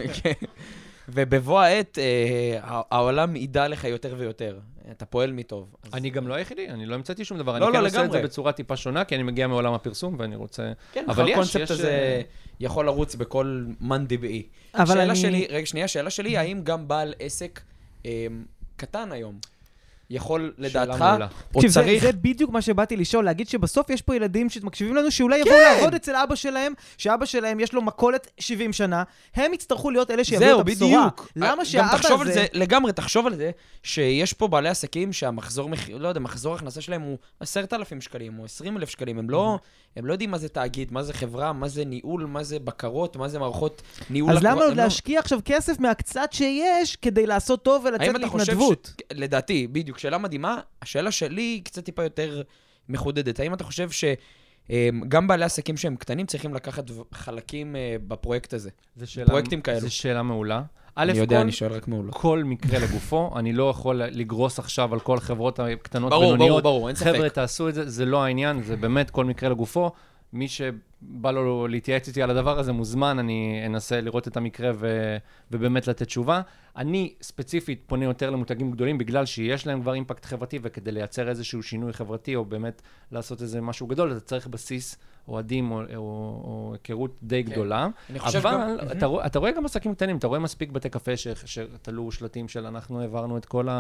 ובבוא העת, העולם ידע לך יותר ויותר. אתה פועל מטוב. אני גם לא היחידי, אני לא המצאתי שום דבר. אני כן עושה את זה בצורה טיפה שונה, כי אני מגיע מעולם הפרסום, ואני רוצה... כן, אבל הקונספט הזה יכול לרוץ בכל מן דבעי. שאלה שלי, רגע, שנייה, שאלה שלי, האם גם בעל עסק קטן היום יכול לדעתך, או צריך... זה בדיוק מה שבאתי לשאול, להגיד שבסוף יש פה ילדים שמקשיבים לנו, שאולי יבואו לעבוד אצל אבא שלהם, שאבא שלהם יש לו מכולת 70 שנה, הם יצטרכו להיות אלה שיביאו את הבשורה. זהו, בדיוק. למה שהאבא הזה... לגמרי, תחשוב על זה, שיש פה בעלי עסקים שהמחזור, לא יודע, מחזור הכנסה שלהם הוא 10,000 שקלים, או 20,000 שקלים, הם לא יודעים מה זה תאגיד, מה זה חברה, מה זה ניהול, מה זה בקרות, מה זה מערכות ניהול. אז למה להשקיע עכשיו כסף מהקצת שיש כדי לעשות טוב ולצאת להתנדבות? לדעתי, בדיוק, שאלה מדהימה, השאלה שלי היא קצת טיפה יותר מחודדת. האם אתה חושב שגם בעלי עסקים שהם קטנים צריכים לקחת חלקים בפרויקט הזה? פרויקטים כאלו. זו שאלה מעולה. אני יודע, אני שואל רק מעולה. כל מקרה לגופו, אני לא יכול לגרוס עכשיו על כל החברות הקטנות בינוניות. ברור, אין ספק. חבר'ה, תעשו את זה, זה לא העניין, זה באמת כל מקרה לגופו. מי שבא לו להתייעץ איתי על הדבר הזה מוזמן, אני אנסה לראות את המקרה ובאמת לתת תשובה. אני ספציפית פונה יותר למותגים גדולים, בגלל שיש להם כבר אימפקט חברתי, וכדי לייצר איזשהו שינוי חברתי, או באמת לעשות איזה משהו גדול, אתה צריך בסיס, אוהדים, או היכרות די גדולה. אבל אתה רואה גם עסקים קטנים, אתה רואה מספיק בתי קפה שתלו שלטים של אנחנו העברנו את כל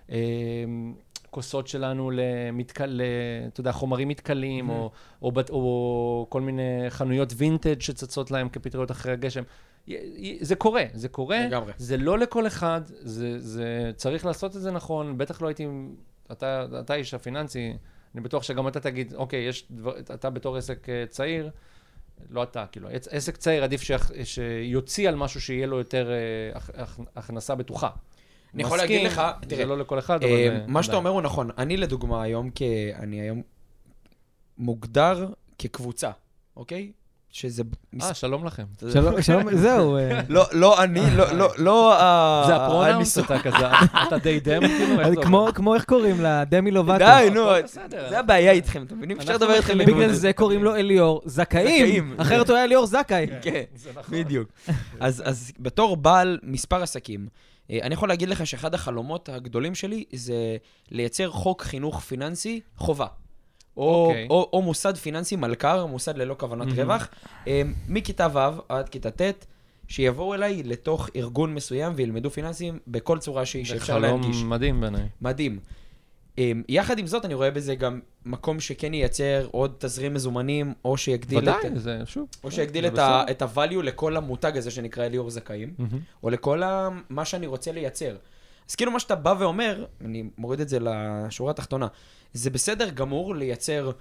כוסות שלנו אתה יודע, חומרים מתקלים, או כל מיני חנויות וינטג' שצצות להם כפטריות אחרי הגשם. זה קורה, זה קורה. לגמרי. זה לא לכל אחד, זה צריך לעשות את זה נכון. בטח לא הייתי, אתה איש הפיננסי, אני בטוח שגם אתה תגיד, אוקיי, אתה בתור עסק צעיר, לא אתה, כאילו, עסק צעיר עדיף שיוציא על משהו שיהיה לו יותר הכנסה בטוחה. אני יכול להגיד לך, זה לא לכל אחד, אבל... מה שאתה אומר הוא נכון. אני לדוגמה היום, אני היום מוגדר כקבוצה, אוקיי? שזה... שלום לכם. שלום, זהו. לא אני, לא... זה הפרונאונס, אתה כזה, אתה די דם, כאילו? כמו איך קוראים לה, דמי לובטו. די, נו, זה הבעיה איתכם, אתם מבינים? אפשר לדבר איתכם. בגלל זה קוראים לו אליאור זכאים, אחרת הוא היה אליאור זכאי. כן, בדיוק. אז בתור בעל מספר עסקים, אני יכול להגיד לך שאחד החלומות הגדולים שלי זה לייצר חוק חינוך פיננסי חובה. או מוסד פיננסי מלכ"ר, מוסד ללא כוונת רווח, מכיתה ו' עד כיתה ט', שיבואו אליי לתוך ארגון מסוים וילמדו פיננסים בכל צורה שאפשר להנגיש. זה חלום מדהים בעיניי. מדהים. יחד עם זאת, אני רואה בזה גם מקום שכן ייצר עוד תזרים מזומנים, או שיגדיל את ה-value לכל המותג הזה שנקרא אליאור זכאים, או לכל מה שאני רוצה לייצר. אז כאילו מה שאתה בא ואומר, אני מוריד את זה לשורה התחתונה, זה בסדר גמור לייצר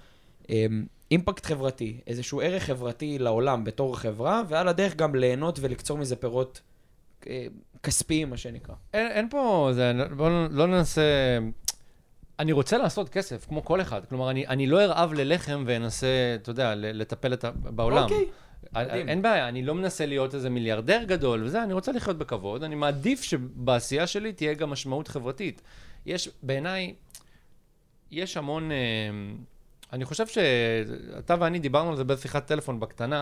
אימפקט חברתי, איזשהו ערך חברתי לעולם בתור חברה, ועל הדרך גם ליהנות ולקצור מזה פירות כספיים, מה שנקרא. אין פה, בואו לא ננסה... אני רוצה לעשות כסף, כמו כל אחד. כלומר, אני לא ארעב ללחם ואנסה, אתה יודע, לטפל בעולם. אוקיי. אין בעיה, אני לא מנסה להיות איזה מיליארדר גדול וזה, אני רוצה לחיות בכבוד. אני מעדיף שבעשייה שלי תהיה גם משמעות חברתית. בעיניי, יש המון... אני חושב שאתה ואני דיברנו על זה בשיחת טלפון בקטנה,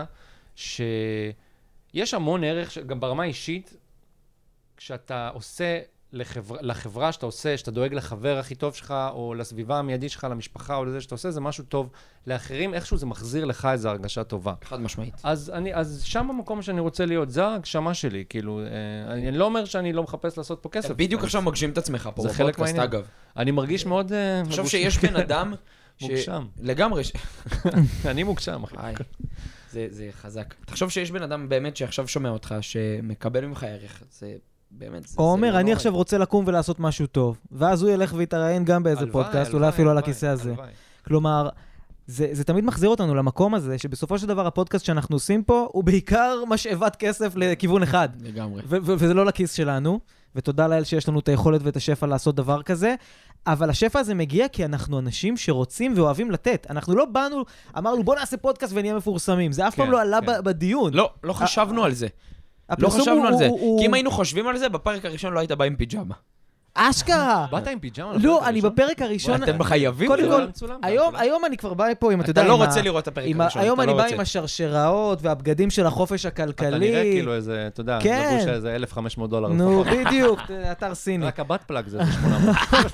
שיש המון ערך, גם ברמה אישית, כשאתה עושה לחברה שאתה עושה, שאתה דואג לחבר הכי טוב שלך, או לסביבה המיידית שלך, למשפחה, או לזה שאתה עושה, זה משהו טוב לאחרים, איכשהו זה מחזיר לך איזו הרגשה טובה. חד משמעית. אז שם המקום שאני רוצה להיות, זה ההגשמה שלי, כאילו, אני לא אומר שאני לא מחפש לעשות פה כסף. בדיוק עכשיו מגשים את עצמך פה, זה חלק מהעניין. אגב. אני מרגיש מאוד... אני חושב שיש בן אדם... מוגשם. לגמרי. אני מוגשם, אחי. זה חזק. תחשוב שיש בן אדם באמת שעכשיו שומע אותך, שמקבל ממך ערך, זה... באמת, או אומר, אני עכשיו רוצה לקום ולעשות משהו טוב, ואז הוא ילך ויתראיין גם באיזה פודקאסט, אולי אפילו על הכיסא הזה. כלומר, זה תמיד מחזיר אותנו למקום הזה, שבסופו של דבר הפודקאסט שאנחנו עושים פה, הוא בעיקר משאבת כסף לכיוון אחד. לגמרי. וזה לא לכיס שלנו, ותודה לאל שיש לנו את היכולת ואת השפע לעשות דבר כזה, אבל השפע הזה מגיע כי אנחנו אנשים שרוצים ואוהבים לתת. אנחנו לא באנו, אמרנו בוא נעשה פודקאסט ונהיה מפורסמים. זה אף פעם לא עלה בדיון. לא חשבנו על זה. לא חשבנו על זה. כי אם היינו חושבים על זה, בפרק הראשון לא היית בא עם פיג'מה. אשכרה. באת עם פיג'מה? לא, אני בפרק הראשון... אתם חייבים? קודם כל, היום אני כבר בא פה עם, אתה יודע... אתה לא רוצה לראות את הפרק הראשון. היום אני בא עם השרשראות והבגדים של החופש הכלכלי. אתה נראה כאילו איזה, אתה יודע, לבוש איזה $1,500 לפחות. נו, בדיוק, אתר סיני. רק הבת פלאג זה 800.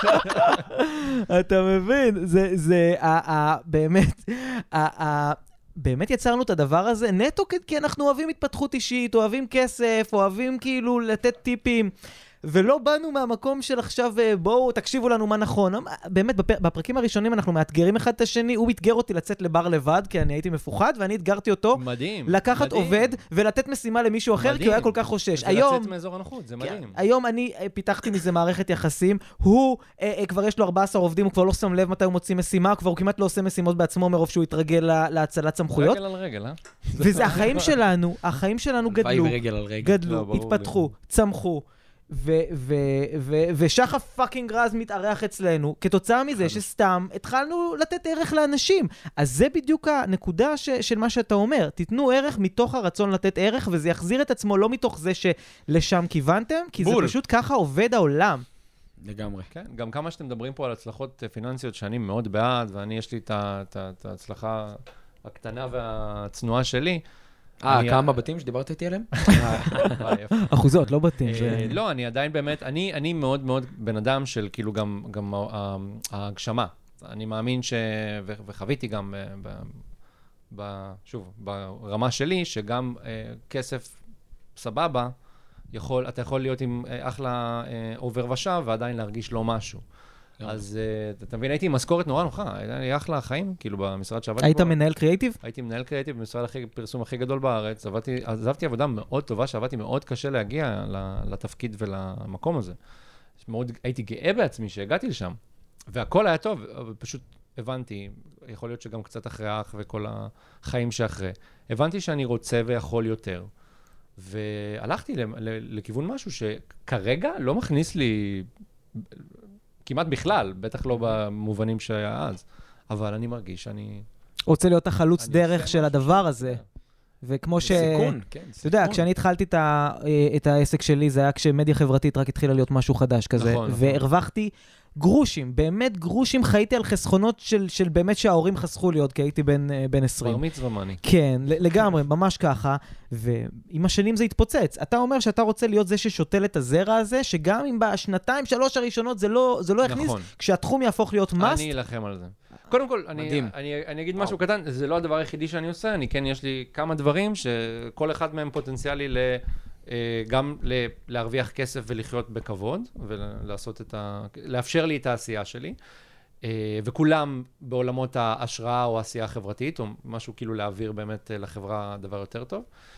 אתה מבין? זה באמת... באמת יצרנו את הדבר הזה נטו כי אנחנו אוהבים התפתחות אישית, אוהבים כסף, אוהבים כאילו לתת טיפים, ולא באנו מהמקום של עכשיו, בואו תקשיבו לנו מה נכון. באמת, בפרקים הראשונים אנחנו מאתגרים אחד את השני, הוא התגר אותי לצאת לבר לבד, כי אני הייתי מפוחד, ואני התגרתי אותו לקחת עובד ולתת משימה למישהו אחר, כי הוא היה כל כך חושש. זה לצאת מאזור הנוחות, זה מדהים. היום אני פיתחתי מזה מערכת יחסים, הוא כבר יש לו 14 עובדים, הוא כבר לא שם לב מתי הוא מוציא משימה, הוא כמעט לא עושה משימות בעצמו מרוב שהוא התרגל להצלת סמכויות. רגל על רגל, וזה החיים שלנו גדלו, התפתחו, צמחו. ושחף פאקינג רז מתארח אצלנו, כתוצאה מזה שסתם התחלנו לתת ערך לאנשים. אז זה בדיוק הנקודה של מה שאתה אומר. תיתנו ערך מתוך הרצון לתת ערך, וזה יחזיר את עצמו לא מתוך זה שלשם כיוונתם, כי זה פשוט ככה עובד העולם. לגמרי. כן, גם כמה שאתם מדברים פה על הצלחות פיננסיות שאני מאוד בעד, ואני יש לי את ההצלחה הקטנה והצנועה שלי, כמה בתים שדיברת איתי עליהם? אחוזות, לא בתים. לא, אני עדיין באמת, אני מאוד מאוד בן אדם של כאילו גם ההגשמה. אני מאמין וחוויתי גם, שוב, ברמה שלי, שגם כסף סבבה, אתה יכול להיות עם אחלה עובר ושב ועדיין להרגיש לו משהו. אז אתה מבין, הייתי עם משכורת נורא נוחה, היה לי אחלה חיים, כאילו במשרד שעבדתי בו. היית מנהל קריאטיב? הייתי מנהל קריאטיב במשרד פרסום הכי גדול בארץ, עזבתי עבודה מאוד טובה, שעבדתי מאוד קשה להגיע לתפקיד ולמקום הזה. הייתי גאה בעצמי שהגעתי לשם, והכל היה טוב, אבל פשוט הבנתי, יכול להיות שגם קצת אחרי האח וכל החיים שאחרי, הבנתי שאני רוצה ויכול יותר, והלכתי לכיוון משהו שכרגע לא מכניס לי... כמעט בכלל, בטח לא במובנים שהיה אז, אבל אני מרגיש שאני... רוצה להיות החלוץ דרך של הדבר הזה. וכמו ש... סיכון, כן. אתה יודע, כשאני התחלתי את העסק שלי, זה היה כשמדיה חברתית רק התחילה להיות משהו חדש כזה. והרווחתי גרושים, באמת גרושים, חייתי על חסכונות של באמת שההורים חסכו לי עוד, כי הייתי בן 20. בר מצווה מאני. כן, לגמרי, ממש ככה. ועם השנים זה התפוצץ. אתה אומר שאתה רוצה להיות זה ששותל את הזרע הזה, שגם אם בשנתיים, 3 הראשונות זה לא יכניס, כשהתחום יהפוך להיות מאסט. אני אלחם על זה. קודם כל, אני אגיד משהו קטן, זה לא הדבר היחידי שאני עושה, יש לי כמה דברים שכל אחד מהם פוטנציאלי גם להרוויח כסף ולחיות בכבוד, לאפשר לי את העשייה שלי, וכולם בעולמות ההשראה או העשייה החברתית, או משהו כאילו להעביר באמת לחברה דבר יותר טוב.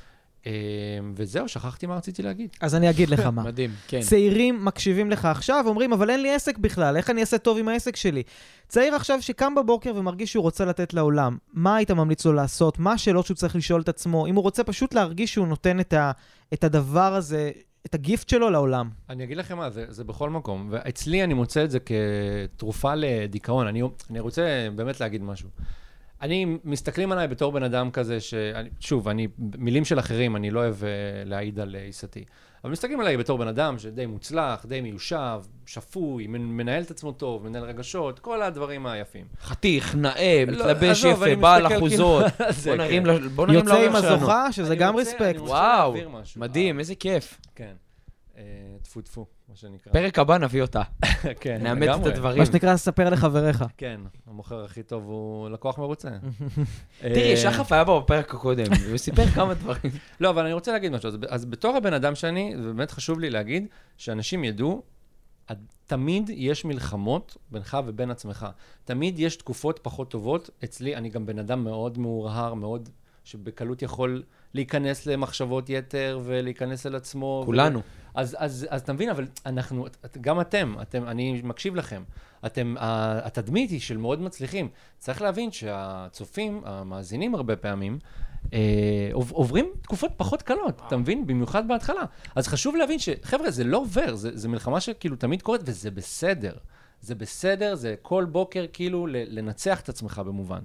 וזהו, שכחתי מה רציתי להגיד. אז אני אגיד לך מה. מדהים, כן. צעירים מקשיבים לך עכשיו, אומרים, אבל אין לי עסק בכלל, איך אני אעשה טוב עם העסק שלי? צעיר עכשיו שקם בבוקר ומרגיש שהוא רוצה לתת לעולם, מה היית ממליץ לו לעשות? מה השאלות שהוא צריך לשאול את עצמו? אם הוא רוצה פשוט להרגיש שהוא נותן את הדבר הזה, את הגיפט שלו לעולם. אני אגיד לכם מה, זה בכל מקום, ואצלי אני מוצא את זה כתרופה לדיכאון. אני רוצה באמת להגיד משהו. מסתכלים עליי בתור בן אדם כזה, שוב, מילים של אחרים, אני לא אוהב להעיד על עיסתי. אבל מסתכלים עליי בתור בן אדם שדי מוצלח, די מיושב, שפוי, מנהל את עצמו טוב, מנהל רגשות, כל הדברים היפים. חתיך, נאה, מתלבש יפה, בעל אחוזות. בוא נרים יוצא עם הזוכה, שזה גם רספקט. וואו, מדהים, איזה כיף. כן. תפו, מה שנקרא. פרק הבא נביא אותה. כן, נאמץ את הדברים. מה שנקרא, ספר לחבריך. כן, המוכר הכי טוב הוא לקוח מרוצה. תראי, שחף היה בו בפרק הקודם, הוא סיפר כמה דברים. לא, אבל אני רוצה להגיד משהו. אז בתור הבן אדם שאני, באמת חשוב לי להגיד, שאנשים ידעו, תמיד יש מלחמות בינך ובין עצמך. תמיד יש תקופות פחות טובות. אצלי, אני גם בן אדם מאוד מאורהר, מאוד שבקלות יכול להיכנס למחשבות יתר ולהיכנס אל עצמו. כולנו. אז אתה מבין, אבל גם אתם, אני מקשיב לכם. התדמית היא של מאוד מצליחים. צריך להבין שהצופים, המאזינים הרבה פעמים, עוברים תקופות פחות קלות, אתה מבין? במיוחד בהתחלה. אז חשוב להבין שחבר'ה, זה לא עובר, זה מלחמה שכאילו תמיד קורית, וזה בסדר. זה בסדר, זה כל בוקר כאילו לנצח את עצמך במובן.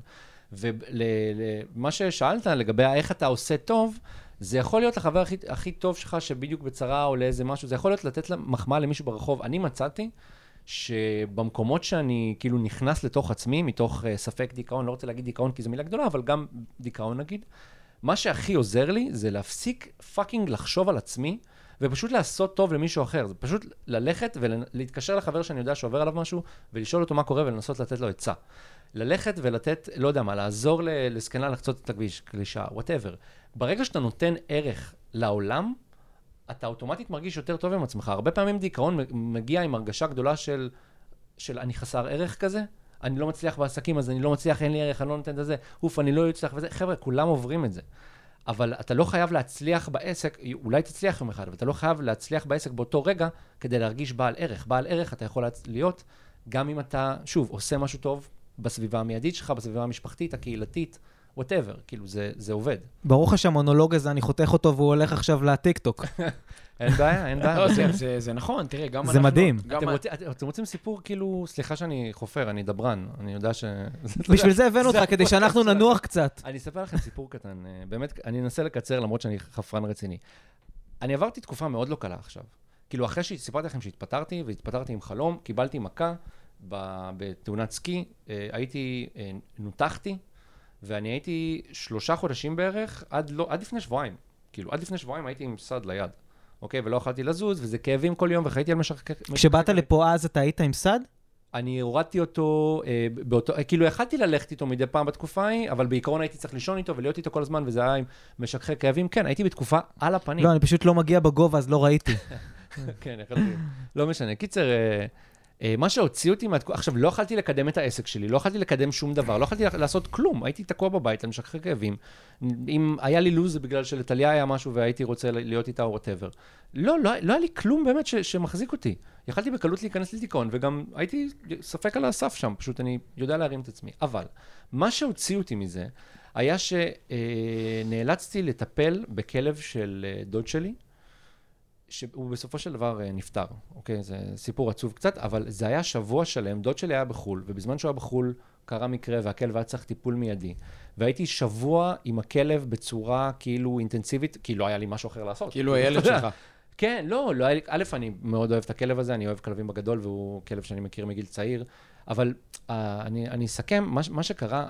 ומה ששאלת לגבי איך אתה עושה טוב, זה יכול להיות לחבר הכי טוב שלך שבדיוק בצרה או לאיזה משהו, זה יכול להיות לתת מחמאה למישהו ברחוב. אני מצאתי שבמקומות שאני כאילו נכנס לתוך עצמי, מתוך ספק דיכאון, לא רוצה להגיד דיכאון כי זו מילה גדולה, אבל גם דיכאון נגיד, מה שהכי עוזר לי זה להפסיק פאקינג לחשוב על עצמי, ופשוט לעשות טוב למישהו אחר. זה פשוט ללכת ולהתקשר לחבר שאני יודע שעובר עליו משהו, ולשאול אותו מה קורה ולנסות לתת לו עצה. ללכת ולתת, לא יודע מה, לעזור לזקנה לחצות את הכביש, קלישה, whatever. ברגע שאתה נותן ערך לעולם, אתה אוטומטית מרגיש יותר טוב עם עצמך. הרבה פעמים דיכאון מגיע עם הרגשה גדולה של אני חסר ערך כזה, אני לא מצליח בעסקים, אז אני לא מצליח, אין לי ערך, אני לא נותן את זה, אני לא יצליח וזה. חבר'ה, כולם עוברים את זה. אבל אתה לא חייב להצליח בעסק, אולי תצליח יום אחד, אבל אתה לא חייב להצליח בעסק באותו רגע כדי להרגיש בעל ערך. בעל ערך אתה יכול להיות גם אם אתה, שוב, עושה משהו טוב בסביבה המיידית שלך, בסביבה המשפחתית, הקהילתית, whatever, כאילו זה עובד. ברוך שהמונולוג הזה, אני חותך אותו והוא הולך עכשיו לטיקטוק. אין בעיה. זה נכון, תראה, גם אנחנו... זה מדהים. אתם רוצים סיפור כאילו, סליחה שאני חופר, אני דברן, אני יודע ש... בשביל זה הבאנו אותך, כדי שאנחנו ננוח קצת. אני אספר לכם סיפור קטן, באמת, אני אנסה לקצר למרות שאני חפרן רציני. אני עברתי תקופה מאוד לא קלה עכשיו. כאילו, אחרי שסיפרתי לכם שהתפטרתי, והתפטרתי עם חלום, קיבלתי מכה בתאונת סקי, נותחתי, ואני הייתי 3 חודשים בערך, עד לפני שבועיים. כאילו, עד לפני שבועיים הייתי עם סד ליד. אוקיי? ולא יכולתי לזוז, וזה כאבים כל יום, וחייתי על כשבאת לפה אז אתה היית עם סד? אני הורדתי אותו, כאילו יכלתי ללכת איתו מדי פעם בתקופה ההיא, אבל בעיקרון הייתי צריך לישון איתו ולהיות איתו כל הזמן, וזה היה עם משככי כאבים. כן, הייתי בתקופה על הפנים. לא, אני פשוט לא מגיע בגובה, אז לא ראיתי. כן, יכלתי. לא משנה. קיצר, מה שהוציא אותי עכשיו, לא יכלתי לקדם את העסק שלי, לא יכלתי לקדם שום דבר, לא יכלתי לעשות כלום. הייתי תקוע בבית, על משככי כאבים. אם היה לי לוז, זה בגלל שלטליה היה משהו והייתי רוצה להיות איתה או whatever. לא היה לי כלום באמת שמחזיק אותי. יכלתי בקלות להיכנס לדיכאון, וגם הייתי ספק על הסף שם, פשוט אני יודע להרים את עצמי. אבל מה שהוציא אותי מזה, היה שנאלצתי לטפל בכלב של דוד שלי, שהוא בסופו של דבר נפטר, אוקיי? זה סיפור עצוב קצת, אבל זה היה שבוע שלם, דוד שלי היה בחול, ובזמן שהוא היה בחול קרה מקרה, והכלב היה צריך טיפול מיידי. והייתי שבוע עם הכלב בצורה כאילו אינטנסיבית, כי לא היה לי משהו אחר לעשות. כאילו הילד שלך. כן, לא היה לי, א', אני מאוד אוהב את הכלב הזה, אני אוהב כלבים בגדול, והוא כלב שאני מכיר מגיל צעיר, אבל אני אסכם, מה שקרה,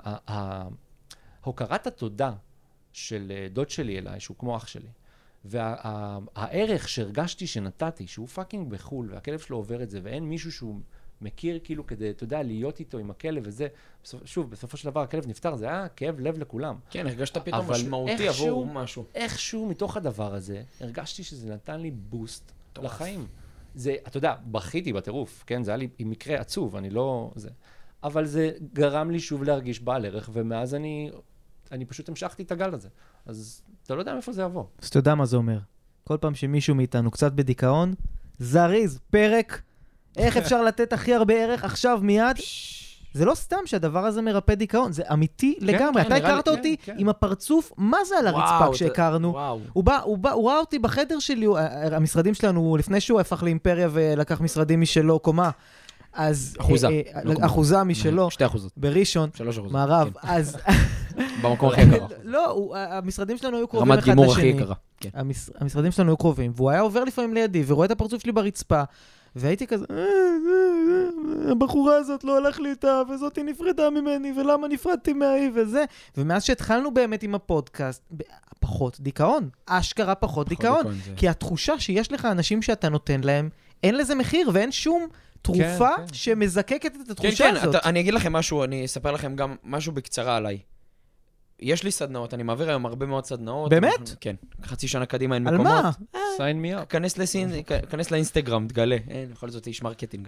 הוקרת התודה של דוד שלי אליי, שהוא כמו אח שלי, והערך שהרגשתי שנתתי, שהוא פאקינג בחול, והכלב שלו עובר את זה, ואין מישהו שהוא מכיר כאילו כדי, אתה יודע, להיות איתו עם הכלב וזה, שוב, בסופו של דבר הכלב נפטר, זה היה כאב לב לכולם. כן, הרגשת פתאום משמעותי עבור משהו. איכשהו מתוך הדבר הזה, הרגשתי שזה נתן לי בוסט לחיים. זה, אתה יודע, בכיתי בטירוף, כן? זה היה לי עם מקרה עצוב, אני לא... זה. אבל זה גרם לי שוב להרגיש בעל ערך, ומאז אני אני פשוט המשכתי את הגל הזה. אז אתה לא יודע מאיפה זה יבוא. אז אתה יודע מה זה אומר. כל פעם שמישהו מאיתנו קצת בדיכאון, זריז, פרק, איך אפשר לתת הכי הרבה ערך עכשיו מיד? זה לא סתם שהדבר הזה מרפא דיכאון, זה אמיתי לגמרי. אתה הכרת אותי עם הפרצוף, מה זה על הרצפה כשהכרנו? הוא ראה אותי בחדר שלי, המשרדים שלנו, לפני שהוא הפך לאימפריה ולקח משרדים משלו, קומה. אז אחוזה משלו, 2%. בראשון, מערב, אז... במקום הכי יקרה. לא, המשרדים שלנו היו קרובים אחד לשני. רמת גימור הכי יקרה. המשרדים שלנו היו קרובים, והוא היה עובר לפעמים לידי, ורואה את הפרצוף שלי ברצפה, והייתי כזה, הבחורה הזאת לא הלך לי איתה, וזאת היא נפרדה ממני, ולמה נפרדתי מהיא וזה. ומאז שהתחלנו באמת עם הפודקאסט, פחות דיכאון, אשכרה פחות דיכאון. כי התחושה שיש לך אנשים שאתה נותן להם, אין לזה מחיר, ואין שום תרופה שמזקקת את התחושה הזאת. כן, אני אגיד לכם משהו, אני אספר לכם גם משהו בקצרה עליי. יש לי סדנאות, אני מעביר היום הרבה מאוד סדנאות. באמת? כן, חצי שנה קדימה אין מקומות. על מה? sign me up. כנס לאינסטגרם, תגלה. יכול זאת איש מרקטינג.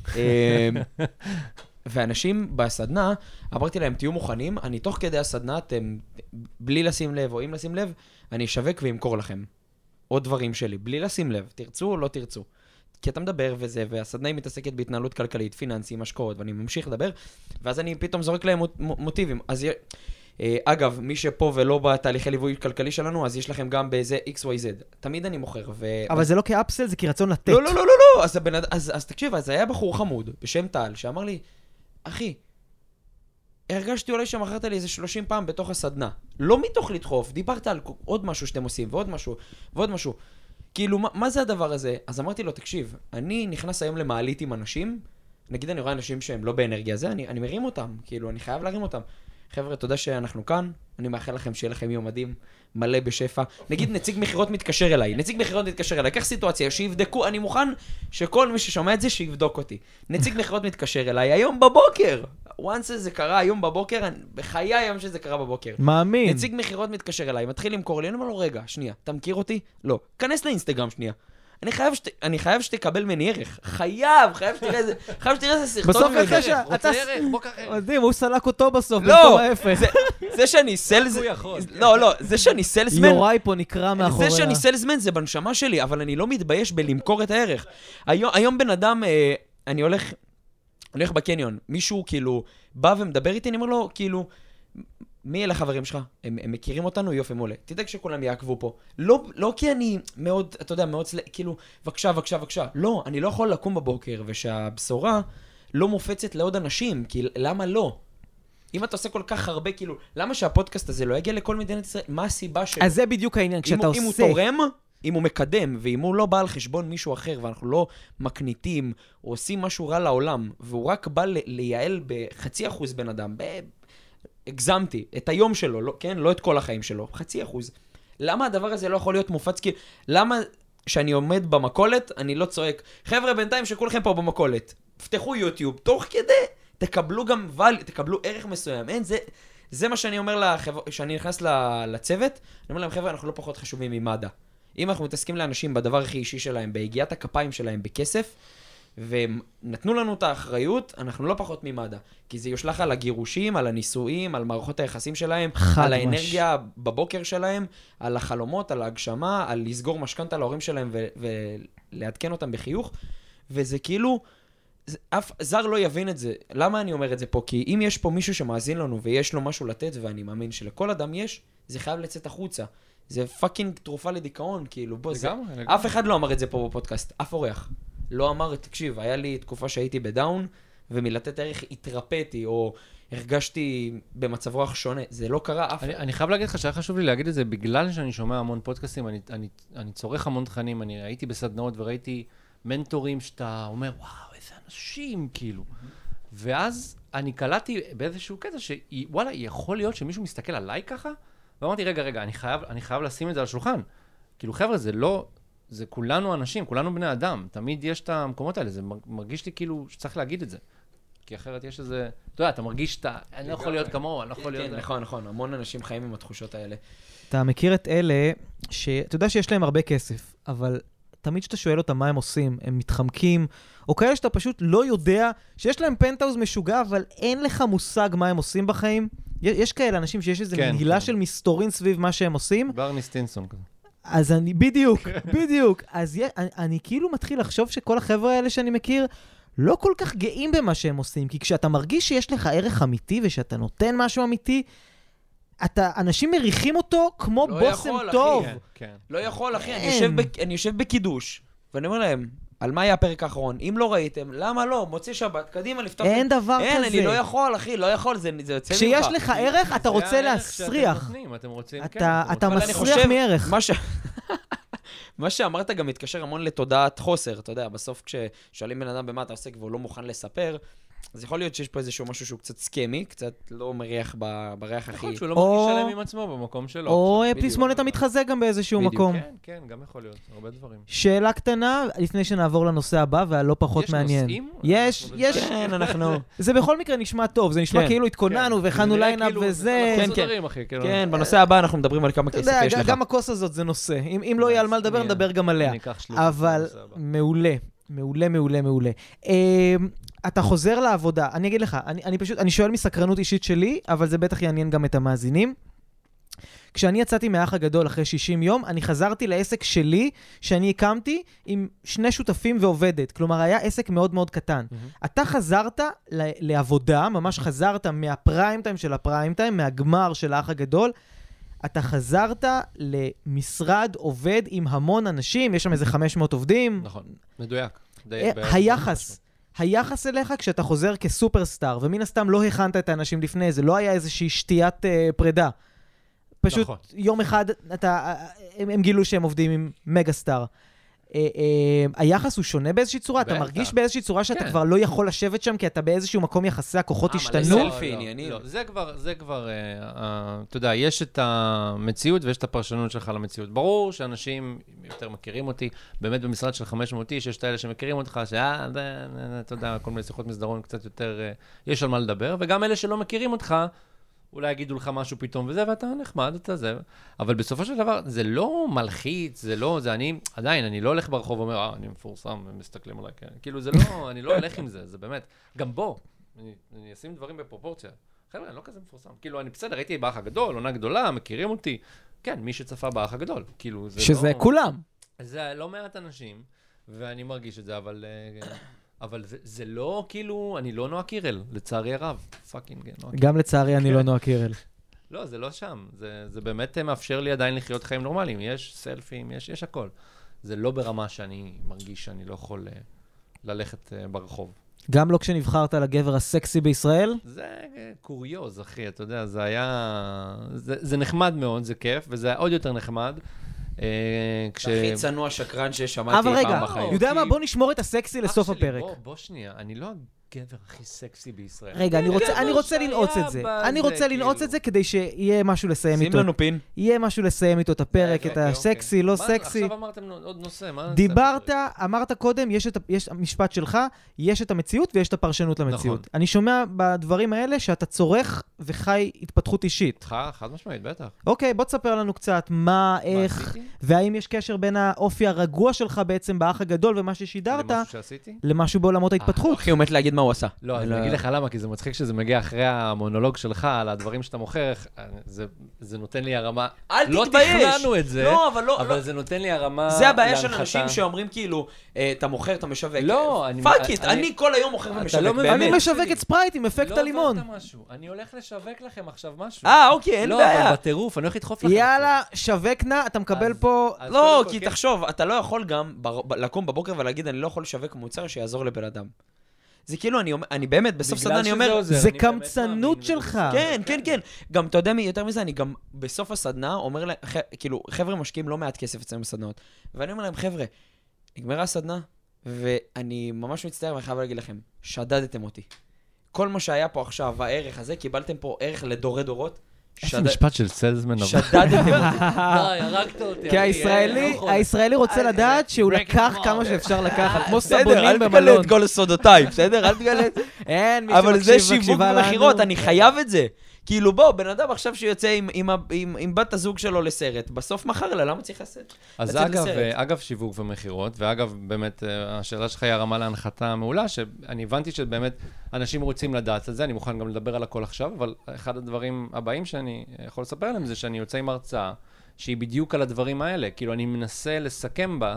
ואנשים בסדנה, אמרתי להם, תהיו מוכנים, אני תוך כדי הסדנה, אתם, בלי לשים לב או אם לשים לב, אני אשווק וימכור לכם. עוד דברים שלי, בלי לשים לב, תרצו או לא תרצו. כי אתה מדבר וזה, והסדנה היא מתעסקת בהתנהלות כלכלית, פיננסים, השקעות, ואני ממשיך לדבר, ואז אני פתאום זורק להם מוטיבים. אז אגב, מי שפה ולא בתהליכי ליווי כלכלי שלנו, אז יש לכם גם באיזה XYZ. תמיד אני מוכר. אבל זה לא כאפסל, זה כרצון לתת. לא, לא, לא, לא. אז תקשיב, אז היה בחור חמוד, בשם טל, שאמר לי, אחי, הרגשתי אולי שמכרת לי איזה 30 פעם בתוך הסדנה. לא מתוך לדחוף, דיברת על עוד משהו שאתם עושים, ועוד משהו, ועוד משהו. כאילו, מה זה הדבר הזה? אז אמרתי לו, תקשיב, אני נכנס היום למעלית עם אנשים, נגיד אני רואה אנשים שהם לא באנרגיה הזה, אני מרים אותם, כאילו, אני חייב להרים אותם. חבר'ה, תודה שאנחנו כאן, אני מאחל לכם שיהיה לכם יום מדהים, מלא בשפע. נגיד נציג מחירות מתקשר אליי, קח סיטואציה, שיבדקו, אני מוכן שכל מי ששומע את זה, שיבדוק אותי. נציג מחירות מתקשר אליי, היום בבוקר, once זה קרה היום בבוקר, בחיי היום שזה קרה בבוקר. מאמין. נציג מחירות מתקשר אליי, מתחיל למכור לי, אני אומר לו, רגע, שנייה, אתה מכיר אותי? לא. כנס לאינסטגרם שנייה. אני חייב שתקבל ממני ערך. חייב שתראה איזה סרטון. בסוף איך רוצה ערך, בוא ככה. מדהים, הוא סלק אותו בסוף, במקום ההפך. זה שאני סלסמן, יוראי פה נקרא מאחוריה. זה שאני סלסמן זה בנשמה שלי, אבל אני לא מתבייש בלמכור את הערך. היום בן אדם, אני הולך בקניון, מישהו כאילו בא ומדבר איתי, אני אומר לו, כאילו, מי אלה חברים שלך? הם מכירים אותנו? יופי, מולה. תדאג שכולם יעקבו פה. לא כי אני מאוד, אתה יודע, מאוד, כאילו, בבקשה. לא, אני לא יכול לקום בבוקר, ושהבשורה לא מופצת לעוד אנשים, כי למה לא? אם אתה עושה כל כך הרבה, כאילו, למה שהפודקאסט הזה לא יגיע לכל מדינת ישראל? מה הסיבה שלו? אז זה בדיוק העניין, כשאתה עושה... אם הוא תורם, אם הוא מקדם, ואם הוא לא בא על חשבון מישהו אחר, ואנחנו לא מקניטים, או עושים משהו רע לעולם, והוא רק בא לייעל ב0.5% בן אדם, הגזמתי את היום שלו, לא, כן? לא את כל החיים שלו, 0.5%. למה הדבר הזה לא יכול להיות מופץ? כי למה שאני עומד במקולת, אני לא צועק, חבר'ה, בינתיים שכולכם פה במקולת, פתחו יוטיוב, תוך כדי, תקבלו גם תקבלו ערך מסוים. אין, זה מה שאני אומר כשאני נכנס לצוות, אני אומר להם, חבר'ה, אנחנו לא פחות חשובים ממד"א. אם אנחנו מתעסקים לאנשים בדבר הכי אישי שלהם, בהגיעת הכפיים שלהם בכסף, והם נתנו לנו את האחריות, אנחנו לא פחות ממד"א. כי זה יושלח על הגירושים, על הנישואים, על מערכות היחסים שלהם, על האנרגיה בבוקר שלהם, על החלומות, על ההגשמה, על לסגור משכנתא להורים שלהם ולעדכן אותם בחיוך. וזה כאילו, אף זר לא יבין את זה. למה אני אומר את זה פה? כי אם יש פה מישהו שמאזין לנו ויש לו משהו לתת, ואני מאמין שלכל אדם יש, זה חייב לצאת החוצה. זה פאקינג תרופה לדיכאון, כאילו, בוא, אף אחד לא אמר את זה פה בפודקאסט, אף אורח. לא אמר, תקשיב, היה לי תקופה שהייתי בדאון, ומלתת ערך התרפאתי, או הרגשתי במצב רוח שונה. זה לא קרה אף... אני חייב להגיד לך שהיה חשוב לי להגיד את זה, בגלל שאני שומע המון פודקאסטים, אני צורך המון תכנים, אני הייתי בסדנאות וראיתי מנטורים שאתה אומר, וואו, איזה אנשים, כאילו. ואז אני קלטתי באיזשהו קטע שוואלה, יכול להיות שמישהו מסתכל עליי ככה, ואמרתי, רגע, אני חייב לשים את זה על השולחן. כאילו, חבר'ה, זה לא... זה כולנו אנשים, כולנו בני אדם. תמיד יש את המקומות האלה. זה מרגיש לי כאילו שצריך להגיד את זה. כי אחרת יש איזה... אתה יודע, אתה מרגיש שאתה... אני לא יכול להיות כמוהו, אני לא יכול להיות... כן, נכון. המון אנשים חיים עם התחושות האלה. אתה מכיר את אלה אתה יודע שיש להם הרבה כסף, אבל תמיד שאתה שואל אותם מה הם עושים, הם מתחמקים, או כאלה שאתה פשוט לא יודע שיש להם פנטהאוז משוגע, אבל אין לך מושג מה הם עושים בחיים, יש כאלה אנשים שיש איזו מנהילה של מסתורין סביב מה שהם עושים. ברני סטינסון כזה. אז אני, בדיוק. אז אני כאילו מתחיל לחשוב שכל החבר'ה האלה שאני מכיר, לא כל כך גאים במה שהם עושים, כי כשאתה מרגיש שיש לך ערך אמיתי, ושאתה נותן משהו אמיתי, אנשים מריחים אותו כמו בוסם טוב. לא יכול, אחי. אני יושב בקידוש, ואני אומר להם, על מה היה הפרק האחרון? אם לא ראיתם, למה לא? מוציא שבת, קדימה לפתוח... אין דבר כזה. אין, אני לא יכול, אחי, לא יכול, זה יוצא ממך. כשיש לך ערך, אתה רוצה להסריח. אתה מסריח מערך. מה שאמרת גם מתקשר המון לתודעת חוסר, אתה יודע, בסוף כששואלים בן אדם במה אתה עוסק והוא לא מוכן לספר, אז יכול להיות שיש פה איזשהו משהו שהוא קצת סקמי, קצת לא מריח בריח הכי... יכול להיות שהוא לא מרגיש שלם עם עצמו במקום שלו. או תסמונת המתחזה גם באיזשהו מקום. כן, גם יכול להיות, הרבה דברים. שאלה קטנה, לפני שנעבור לנושא הבא, והלא פחות מעניין. יש נושאים? יש. כן, אנחנו... זה בכל מקרה נשמע טוב, זה נשמע כאילו התכוננו והכנו ליינאפ וזה. כן, בנושא הבא אנחנו מדברים על כמה כסף יש לך. גם הכוס הזאת זה נושא. אם לא יהיה על מה לדבר, נדבר גם עליה. אבל מעולה. מעולה. אתה חוזר לעבודה, אני אגיד לך, אני שואל מסקרנות אישית שלי, אבל זה בטח יעניין גם את המאזינים. כשאני יצאתי מהאח הגדול אחרי 60 יום, אני חזרתי לעסק שלי, שאני הקמתי עם 2 שותפים ועובדת. כלומר, היה עסק מאוד מאוד קטן. אתה חזרת לעבודה, ממש חזרת מהפריים טיים של הפריים טיים, מהגמר של האח הגדול, אתה חזרת למשרד עובד עם המון אנשים, יש שם איזה 500 עובדים. נכון, מדויק. היחס אליך כשאתה חוזר כסופרסטאר, ומן הסתם לא הכנת את האנשים לפני זה, לא היה איזושהי שתיית פרידה. פשוט יום אחד הם גילו שהם עובדים עם מגה-סטאר. היחס הוא שונה באיזושהי צורה? אתה מרגיש באיזושהי צורה שאתה כבר לא יכול לשבת שם, כי אתה באיזשהו מקום יחסי הכוחות השתנו? זה כבר, אתה יודע, יש את המציאות ויש את הפרשנות שלך למציאות. ברור שאנשים יותר מכירים אותי, באמת במשרד של 500 איש, יש את האלה שמכירים אותך, אתה יודע, כל מיני שיחות מסדרון קצת יותר, יש על מה לדבר, וגם אלה שלא מכירים אותך, אולי יגידו לך משהו פתאום וזה, ואתה נחמד, אתה זה. אבל בסופו של דבר, זה לא מלחיץ, זה לא, זה אני לא הולך ברחוב ואומר, אני מפורסם, הם מסתכלים עליי, כן. כאילו, זה לא, אני לא הולך עם זה, זה באמת. גם בו, אני אשים דברים בפרופורציה. חבר'ה, אני לא כזה מפורסם. כאילו, אני בסדר, הייתי באח הגדול, עונה גדולה, מכירים אותי. כן, מי שצפה באח הגדול. כאילו, זה שזה לא... כולם. זה לא מעט אנשים, ואני מרגיש את זה, אבל זה לא, כאילו, אני לא נועה קירל, לצערי הרב. פאקינג נועה קירל. גם לצערי אני לא נועה קירל. לא, זה לא שם. זה באמת מאפשר לי עדיין לחיות חיים נורמליים. יש סלפים, יש הכל. זה לא ברמה שאני מרגיש שאני לא יכול ללכת ברחוב. גם לא כשנבחרת לגבר הסקסי בישראל? זה קוריוז, אחי, אתה יודע, זה היה... זה נחמד מאוד, זה כיף, וזה היה עוד יותר נחמד. הכי צנוע שקרן ששמעתי פעם בחיים. אבל רגע, יודע מה? בוא נשמור את הסקסי לסוף הפרק. בוא שנייה, אני לא הגבר הכי סקסי בישראל. רגע, אני רוצה לנעוץ את זה. אני רוצה לנעוץ את זה כדי שיהיה משהו לסיים איתו. שים לנו פין. יהיה משהו לסיים איתו את הפרק, את הסקסי, לא סקסי. עכשיו אמרתם עוד נושא, מה? אמרת קודם, יש המשפט שלך, יש את המציאות ויש את הפרשנות למציאות. אני שומע בדברים האלה שאתה צורך וחי התפתחות אישית. חד משמעית, בטח. אוקיי, בוא תספר לנו קצת מה, איך, והאם יש קשר בין האופי הרגוע שלך בעצם באח הגדול ומה ששידרת, למשהו בעולמות ההתפתחות. אחי, הוא מת להגיד מה הוא עשה. לא, אני אגיד לך למה, כי זה מצחיק שזה מגיע אחרי המונולוג שלך על הדברים שאתה מוכר, זה נותן לי הרמה... אל תתבייש! לא תכננו את זה, אבל זה נותן לי הרמה... זה הבעיה של אנשים שאומרים כאילו, אתה מוכר, אתה משווק. לא, פאק איט, אני כל היום מוכר ומשווק, באמת. אני משווק את ספרייט עם אפקט הלימון. לא הבנת משהו, אני הולך לשווק לכם עכשיו משהו. אוקיי, אין בעיה. לא, אבל בטירוף, אני הולך לדחוף לכם. יאללה, שווק נא, אתה מקבל פה... לא, כי תחשוב, אתה לא יכול גם לקום בבוקר ולהגיד, אני לא יכול לשווק מוצר שיעזור לבן אדם. זה כאילו, אני באמת, בסוף סדנה אני אומר, זה קמצנות שלך. כן, כן, כן. גם, אתה יודע, יותר מזה, אני גם בסוף הסדנה אומר להם, כאילו, חבר'ה משקיעים לא מעט כסף אצלם בסדנות. ואני אומר להם, חבר'ה, נגמרה הסדנה, ואני ממש מצטער, ואני חייב להגיד לכם, שדדתם אותי. כל מה שהיה פה עכשיו, הערך הזה, קיבלתם פה ערך לדורי דורות. איזה משפט של סלזמן. שדדתם אותי. די, הרגת אותי. כי הישראלי רוצה לדעת שהוא לקח כמה שאפשר לקחת, כמו סבונים במלון. אל תגלה את כל הסודותיי, בסדר? אל תגלה את... אין, מי אבל זה שמקשיב שיווק לנו. ומחירות, אני חייב את זה. כאילו בוא, בן אדם עכשיו שיוצא עם בת הזוג שלו לסרט, בסוף מחר לה, למה צריך לצאת? אז אגב שיווק ומחירות, ואגב באמת השאלה שלך היא הרמה להנחתה מעולה, שאני הבנתי שבאמת אנשים רוצים לדעת על זה, אני מוכן גם לדבר על הכל עכשיו, אבל אחד הדברים הבאים שאני יכול לספר עליהם זה שאני יוצא עם הרצאה, שהיא בדיוק על הדברים האלה, כאילו אני מנסה לסכם בה,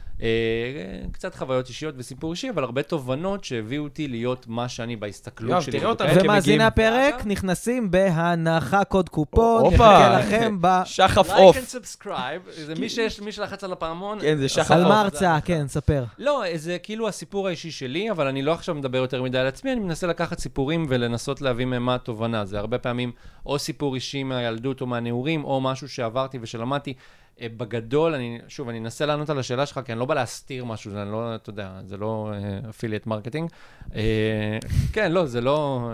קצת חוויות אישיות וסיפור אישי, אבל הרבה תובנות שהביאו אותי להיות מה שאני בהסתכלות שלי. ומאזיני הפרק נכנסים בהנחה קוד קופון, נחכה לכם שחף אוף. Like and subscribe, זה מי שלחץ על הפעמון. כן, זה שחף אוף. על מה הרצאה, כן, ספר. לא, זה כאילו הסיפור האישי שלי, אבל אני לא עכשיו מדבר יותר מדי על עצמי, אני מנסה לקחת סיפורים ולנסות להביא ממה התובנה. זה הרבה פעמים או סיפור אישי מהילדות או מהנעורים, או משהו שעברתי ושלמדתי. בגדול, שוב, אני אנסה לענות על השאלה שלך, כי אני לא בא להסתיר משהו, זה לא, אתה יודע, זה לא affiliate marketing. כן, לא, זה לא,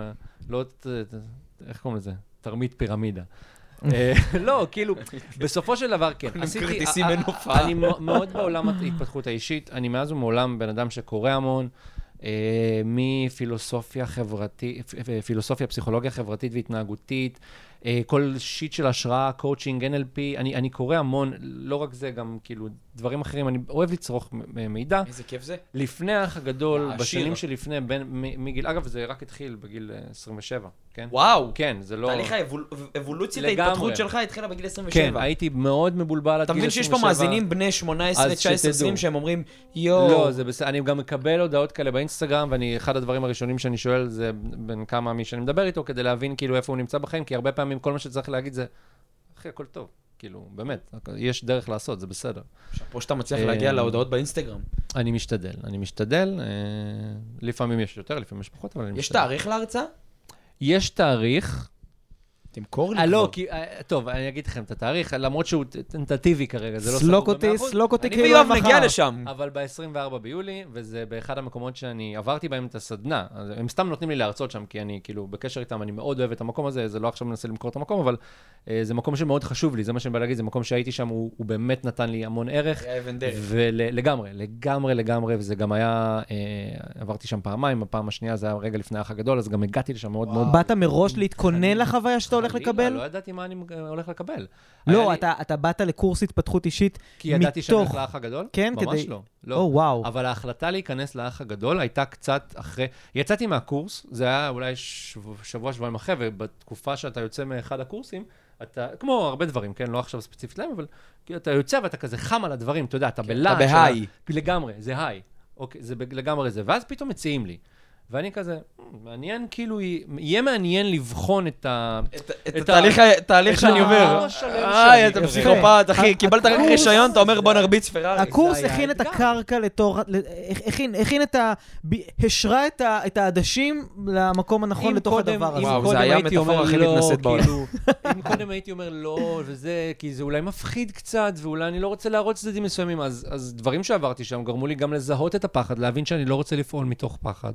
איך קוראים לזה? תרמית פירמידה. לא, כאילו, בסופו של דבר, כן. כרטיסים מנופה. אני מאוד בעולם ההתפתחות האישית, אני מאז ומעולם בן אדם שקורא המון, מפילוסופיה חברתית, פילוסופיה, פסיכולוגיה חברתית והתנהגותית, כל שיט של השראה, קואוצ'ינג, NLP, אני קורא המון, לא רק זה, גם כאילו דברים אחרים, אני אוהב לצרוך מידע. איזה כיף זה. לפני האח הגדול, בשנים שלפני, מגיל, אגב, זה רק התחיל בגיל 27, כן? וואו. כן, זה לא... תהליך האבולוציית ההתפתחות שלך התחילה בגיל 27. כן, הייתי מאוד מבולבל עד גיל 27. אתה מבין שיש פה מאזינים בני 18, 19, 20 שהם אומרים, יו. לא, זה בסדר, אני גם מקבל הודעות כאלה באינסטגרם, ואני, אחד הדברים הראשונים שאני שואל זה בין כמה מי שאני מדבר איתו, כדי להבין כאילו איפה הוא נמצא בחיים, כי הרבה פעמים כל מה שצריך להגיד זה, אחי, הכל טוב. כאילו, באמת, יש דרך לעשות, זה בסדר. פה שאתה מצליח להגיע להודעות באינסטגרם. אני משתדל. לפעמים יש יותר, לפעמים יש פחות, אבל אני משתדל. יש תאריך להרצאה? יש תאריך. תמכור לי לא, כי, טוב, אני אגיד לכם את התאריך, למרות שהוא טנטטיבי כרגע, זה לא סלוק אותי כאילו מחר. אני ויואב נגיע לשם. אבל ב-24 ביולי, וזה באחד המקומות שאני עברתי בהם את הסדנה, הם סתם נותנים לי להרצות שם, כי אני כאילו בקשר איתם, אני מאוד אוהב את המקום הזה, זה לא עכשיו מנסה למכור את המקום, אבל זה מקום שמאוד חשוב לי, זה מה שאני בא להגיד, זה מקום שהייתי שם, הוא באמת נתן לי המון ערך. היה אבן דרך. ולגמרי, וזה גם היה, עברתי שם פעמיים, הפעם השנייה זה היה רגע לפני האח הגדול, אז גם הגעתי לשם מאוד מאוד. באת מראש להתכונן לחוויה שאתה הולך לקבל? לא ידעתי מה אני הולך לקבל. לא, אתה באת לקורס התפתחות אישית מתוך... כי ידעתי שאני הולך לאח הגדול? כן, ממש כדי... לא. או, וואו. אבל ההחלטה להיכנס לאח הגדול הייתה קצת אחרי... יצאתי מהקורס, זה היה אולי שבועיים אחרי, ובתקופה שאתה יוצא מאחד הקורסים, אתה, כמו הרבה דברים, כן? לא עכשיו ספציפית להם, אבל אתה יוצא ואתה כזה חם על הדברים, אתה יודע, אתה בלעד. אתה בהיי. לגמרי, זה היי. אוקיי, זה לגמרי זה. ואז פתאום מציעים לי. ואני כזה, מעניין, כאילו, יהיה מעניין לבחון את התהליך שאני עובר. אתה פסיכופת, אחי, קיבלת רק רישיון, אתה אומר בוא נרביץ פרארי. הקורס הכין את הקרקע לתור, הכין את השרה את העדשים למקום הנכון לתוך הדבר הזה. וואו, זה היה מטאפורה הכי מתנשאת בעולם. אם קודם הייתי אומר לא, וזה, כי זה אולי מפחיד קצת, ואולי אני לא רוצה להראות צדדים מסוימים, אז דברים שעברתי שם גרמו לי גם לזהות את הפחד, להבין שאני לא רוצה לפעול מתוך פחד.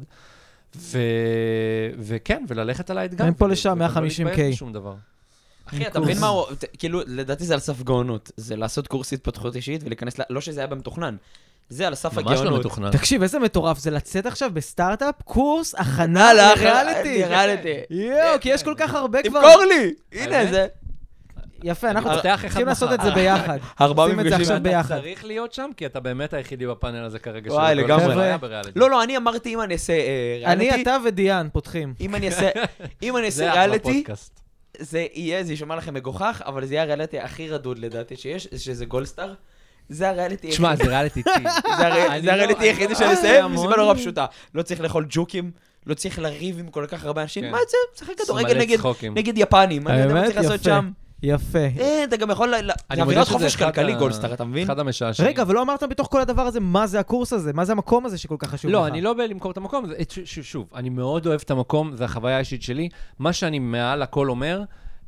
וכן, וללכת על האתגר. הם פה לשם, 150K. אחי, אתה מבין מה הוא, כאילו, לדעתי זה על סף גאונות. זה לעשות קורס התפתחות אישית ולהיכנס, לא שזה היה במתוכנן. זה על סף הגאונות. ממש לא מתוכנן. תקשיב, איזה מטורף, זה לצאת עכשיו בסטארט-אפ, קורס הכנה לריאליטי. יואו, כי יש כל כך הרבה כבר. תמכור לי! הנה זה. יפה, אנחנו צריכים לעשות את זה ביחד. 4 שים את זה עכשיו ביחד. אתה צריך להיות שם, כי אתה באמת היחידי בפאנל הזה כרגע. וואי, לגמרי. לא, אני אמרתי אם אני אעשה ריאליטי. אני, אתה ודיאן פותחים. אם אני אעשה ריאליטי, זה יהיה, זה יישמע לכם מגוחך, אבל זה יהיה הריאליטי הכי רדוד לדעתי שיש, שזה גולדסטאר. זה הריאליטי היחידי. תשמע, זה ריאליטי טי. זה הריאליטי היחידי שאני אעשה, מסיבה נורא פשוטה. לא צריך לאכול ג'וקים, לא צריך לריב עם כל כך הרבה אנשים. מה זה? צריך כדורגל נגד יפנים. האמת, יפה. יפה. אתה גם יכול להעבירת חופש כלכלי גולדסטאר, אתה מבין? אחד המשעשעים. רגע, ולא אמרת בתוך כל הדבר הזה, מה זה הקורס הזה? מה זה המקום הזה שכל כך חשוב לך? לא, אני לא בא למכור את המקום. שוב, אני מאוד אוהב את המקום, זה החוויה האישית שלי. מה שאני מעל הכל אומר,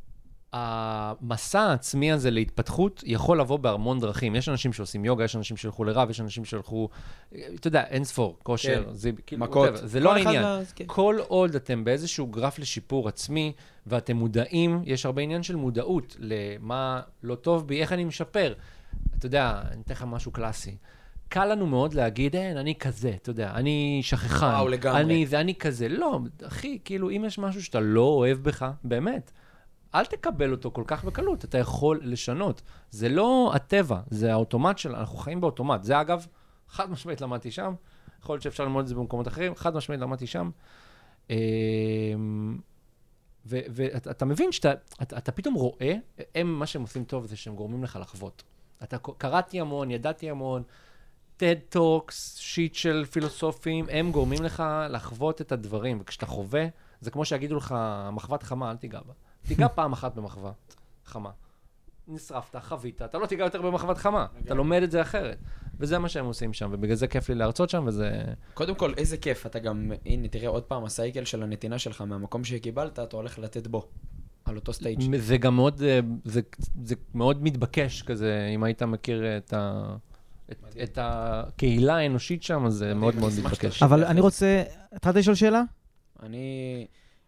המסע העצמי הזה להתפתחות יכול לבוא בהרמון דרכים. יש אנשים שעושים יוגה, יש אנשים שהלכו לרב, יש אנשים שהלכו, אתה יודע, אין ספור, כושר, מכות. זה לא העניין. כל עוד אתם באיזשהו גרף לשיפור עצמי, ואתם מודעים, יש הרבה עניין של מודעות למה לא טוב בי, איך אני משפר. אתה יודע, אני אתן לך משהו קלאסי. קל לנו מאוד להגיד, אני כזה, אתה יודע, אני שכחן. וואו, לגמרי. אני כזה. לא, אחי, כאילו, אם יש משהו שאתה לא אוהב בך, באמת, אל תקבל אותו כל כך בקלות, אתה יכול לשנות. זה לא הטבע, זה האוטומט שלנו, אנחנו חיים באוטומט. זה אגב, חד משמעית למדתי שם, יכול להיות שאפשר ללמוד את זה במקומות אחרים, חד משמעית למדתי שם. ואתה מבין שאתה פתאום רואה, מה שהם עושים טוב זה שהם גורמים לך לחוות. אתה קראתי המון, ידעתי המון, TED Talks, שיט של פילוסופים, הם גורמים לך לחוות את הדברים, וכשאתה חווה, זה כמו שיגידו לך, מחוות חמה, אל תיגע בה. תיגע פעם אחת במחווה חמה. נשרפת, חווית, אתה לא תיגע יותר במחוות חמה, אתה לומד את זה אחרת. וזה מה שהם עושים שם, ובגלל זה כיף לי להרצות שם, וזה... קודם כל, איזה כיף, אתה גם, הנה, תראה עוד פעם, הסייקל של הנתינה שלך, מהמקום שקיבלת, אתה הולך לתת בו, על אותו סטייג'. זה גם מאוד, זה מאוד מתבקש כזה, אם היית מכיר את הקהילה האנושית שם, אז זה מאוד מאוד מתבקש. אבל אני רוצה, התחלת לשאול שאלה? אני,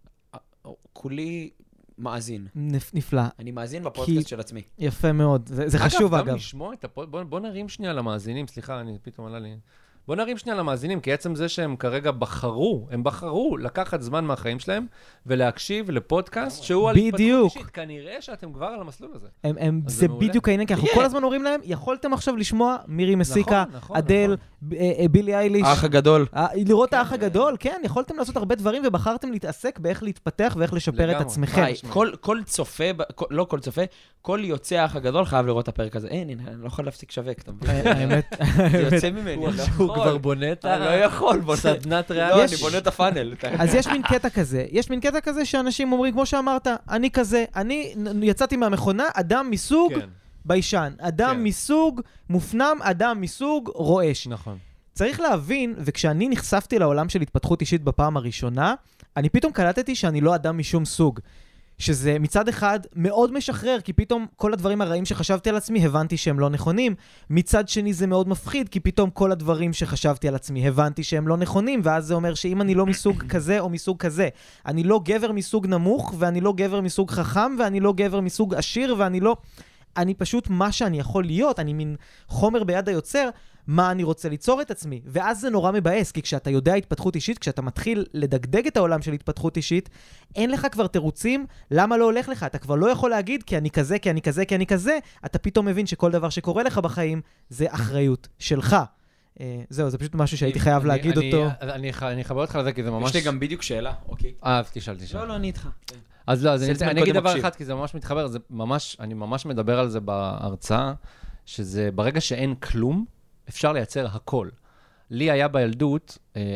כולי מאזין. נפלא. אני מאזין בפודקאסט של עצמי. יפה מאוד, זה חשוב אגב. גם לשמוע את הפודקאסט, בוא נרים שנייה למאזינים, סליחה, אני פתאום עלה לי... בוא נרים שנייה למאזינים, כי עצם זה שהם כרגע הם בחרו לקחת זמן מהחיים שלהם, ולהקשיב לפודקאסט שהוא על התפתחות אישית. כנראה שאתם כבר על המסלול הזה. זה בדיוק העניין, כי אנחנו כל הזמן אומרים להם, יכולתם עכשיו לשמוע מירי מסיקה, אדל, בילי אייליש. האח הגדול. לראות האח הגדול, כן, יכולתם לעשות הרבה דברים, ובחרתם להתעסק באיך להתפתח ואיך לשפר את עצמכם. כל צופה, לא כל צופה, כל יוצא האח הגדול חייב לראות את הפרק הזה. אני לא יכול להפסיק שווק, אתה מבין? האמת. זה יוצא ממני. הוא כבר בונה את לא יכול, סדנת ריאל. לא, אני בונה את הפאנל. אז יש מין קטע כזה שאנשים אומרים, כמו שאמרת, אני כזה, אני יצאתי מהמכונה, אדם מסוג ביישן, אדם מסוג מופנם, אדם מסוג רועש. נכון. צריך להבין, וכשאני נחשפתי לעולם של התפתחות אישית בפעם הראשונה, אני פתאום קלטתי שאני לא אדם משום סוג. שזה מצד אחד מאוד משחרר, כי פתאום כל הדברים הרעים שחשבתי על עצמי, הבנתי שהם לא נכונים. מצד שני זה מאוד מפחיד, כי פתאום כל הדברים שחשבתי על עצמי, הבנתי שהם לא נכונים, ואז זה אומר שאם אני לא מסוג כזה או מסוג כזה, אני לא גבר מסוג נמוך, ואני לא גבר מסוג חכם, ואני לא גבר מסוג עשיר, ואני לא... אני פשוט מה שאני יכול להיות, אני מין חומר ביד היוצר, מה אני רוצה ליצור את עצמי. ואז זה נורא מבאס, כי כשאתה יודע התפתחות אישית, כשאתה מתחיל לדגדג את העולם של התפתחות אישית, אין לך כבר תירוצים למה לא הולך לך. אתה כבר לא יכול להגיד, כי אני כזה, כי אני כזה, כי אני כזה. אתה פתאום מבין שכל דבר שקורה לך בחיים, זה אחריות שלך. זהו, זה פשוט משהו שהייתי חייב להגיד אותו. אני אחבר אותך לזה, כי זה ממש... יש לי גם בדיוק שאלה, אוקיי. תשאל. לא, אני איתך. אז לא, אני אגיד דבר אחד, כי זה ממש מתחבר, אני ממש מדבר על זה בהרצאה, שזה ברגע שאין כלום, אפשר לייצר הכל. לי היה בילדות,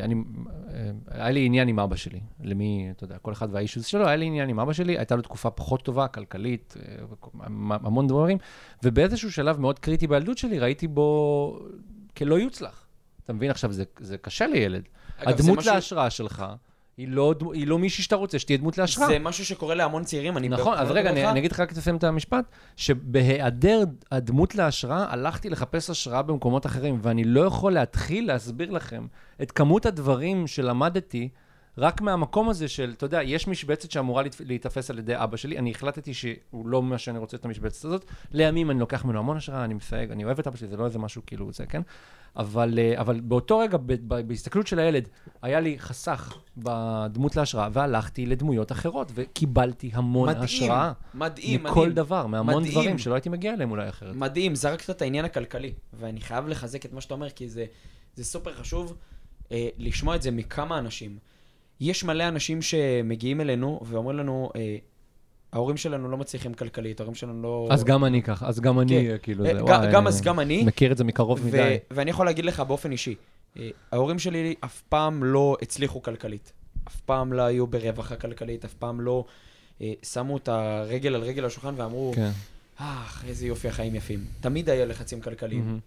היה לי עניין עם אבא שלי, למי, אתה יודע, כל אחד והאישוז שלו, היה לי עניין עם אבא שלי, הייתה לו תקופה פחות טובה, כלכלית, המון דברים, ובאיזשהו שלב מאוד קריטי בילדות שלי, ראיתי בו כלא יוצלח. אתה מבין עכשיו, זה קשה לילד. הדמות להשראה שלך, היא לא מישהי שאתה רוצה שתהיה דמות להשראה. זה משהו שקורה להמון צעירים. נכון, אז רגע, אני אגיד לך רק תסיים את המשפט, שבהיעדר הדמות להשראה, הלכתי לחפש השראה במקומות אחרים, ואני לא יכול להתחיל להסביר לכם את כמות הדברים שלמדתי, רק מהמקום הזה של, אתה יודע, יש משבצת שאמורה להתאפס על ידי אבא שלי, אני החלטתי שהוא לא מה שאני רוצה את המשבצת הזאת, לימים אני לוקח ממנו המון השראה, אני מסייג, אני אוהב את אבא שלי, זה לא איזה משהו כאילו זה, כן? אבל באותו רגע, בהסתכלות של הילד, היה לי חסך בדמות להשראה, והלכתי לדמויות אחרות, וקיבלתי המון השראה. מדהים. מכל דבר, מהמון דברים שלא הייתי מגיע אליהם אולי אחרת. מדהים, זרקת את העניין הכלכלי, ואני חייב לחזק את מה שאתה אומר, כי זה סופר חשוב לשמוע את זה מכמה אנשים. יש מלא אנשים שמגיעים אלינו ואומרים לנו, ההורים שלנו לא מצליחים כלכלית, ההורים שלנו לא... אז גם אני כך, אז גם אני, כאילו זה, גם אני. מכיר את זה מקרוב מדי. ואני יכול להגיד לך באופן אישי, ההורים שלי אף פעם לא הצליחו כלכלית, אף פעם לא היו ברווחה כלכלית, אף פעם לא שמו את הרגל על רגל על השולחן ואמרו, איזה יופי, החיים יפים. תמיד היה לחצים כלכליים.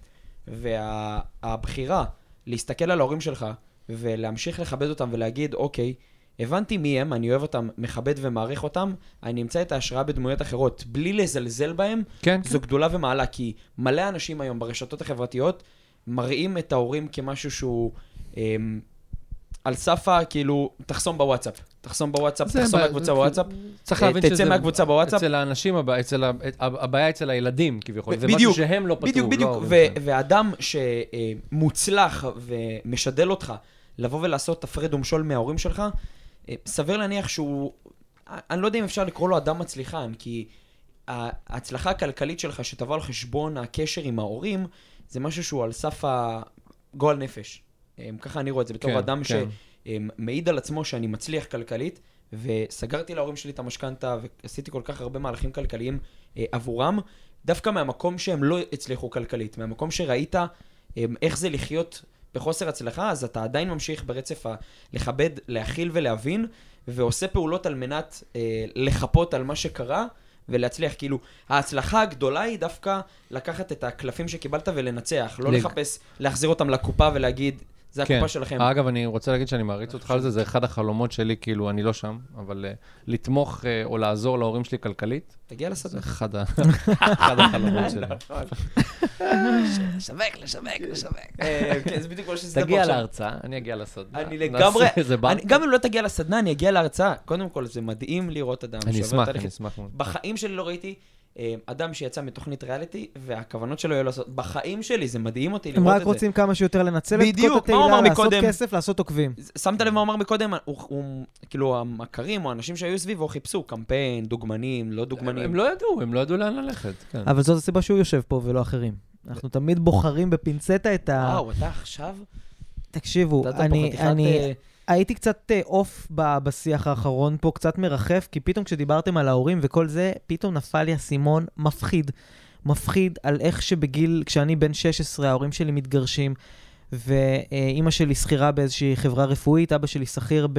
והבחירה להסתכל על ההורים שלך, ולהמשיך לכבד אותם ולהגיד, אוקיי, הבנתי מי הם, אני אוהב אותם, מכבד ומעריך אותם, אני נמצא את ההשראה בדמויות אחרות, בלי לזלזל בהם, זו גדולה ומעלה, כי מלא אנשים היום ברשתות החברתיות מראים את ההורים כמשהו שהוא על סף כאילו, תחסום בוואטסאפ, תחסום מהקבוצה בוואטסאפ, תצא מהקבוצה בוואטסאפ. אצל האנשים, הבעיה אצל הילדים, כביכול, זה משהו שהם לא פתרו. בדיוק, ואדם שמוצלח ומשדל אותך לבוא ולעשות תפרד ומשול מההורים שלך, סביר להניח שהוא, אני לא יודע אם אפשר לקרוא לו אדם מצליחן, כי ההצלחה הכלכלית שלך שתבוא על חשבון הקשר עם ההורים, זה משהו שהוא על סף הגועל נפש. ככה אני רואה את זה בתור אדם שמעיד על עצמו שאני מצליח כלכלית, וסגרתי להורים שלי את המשכנתה, ועשיתי כל כך הרבה מהלכים כלכליים עבורם, דווקא מהמקום שהם לא הצליחו כלכלית, מהמקום שראית איך זה לחיות בחוסר הצלחה, אז אתה עדיין ממשיך ברצף לכבד, להכיל ולהבין, ועושה פעולות על מנת לחפות על מה שקרה, ולהצליח. כאילו, ההצלחה הגדולה היא דווקא לקחת את הקלפים שקיבלת ולנצח, לא לחפש, להחזיר אותם לקופה ולהגיד, זה הקופה שלכם. אגב, אני רוצה להגיד שאני מעריץ אותך על זה, זה אחד החלומות שלי, כאילו, אני לא שם, אבל לתמוך או לעזור להורים שלי כלכלית, תגיע לסדנה. זה אחד החלומות שלי. לשווק. כן, זה בדיוק כל שזה... תגיע להרצאה, אני אגיע לסדנה. אני לגמרי... גם אם לא תגיע לסדנה, אני אגיע להרצאה. קודם כל, זה מדהים לראות אדם. אני אשמח. בחיים שלי לא ראיתי אדם שיצא מתוכנית ריאליטי, והכוונות שלו יהיו לעשות. בחיים שלי, זה מדהים אותי לראות את זה. הם רק רוצים כמה שיותר לנצל את קוד התהילה, לעשות כסף, לעשות עוקבים. שמת לב מה הוא אמר מקודם? כאילו, המכרים או האנשים שהיו סביבו חיפשו קמפיין, דוגמנים, לא דוגמנים. הם לא ידעו לאן ללכת. אבל זאת הסיבה שהוא יושב פה ולא אחרים. אנחנו תמיד בוחרים בפינצטה את ה... וואו, אתה עכשיו... תקשיבו, הייתי קצת אוף בשיח האחרון פה, קצת מרחף, כי פתאום כשדיברתם על ההורים וכל זה, פתאום נפל לי הסימון מפחיד על איך שבגיל, כשאני בן 16, ההורים שלי מתגרשים, ואימא שלי שכירה באיזושהי חברה רפואית, אבא שלי שכיר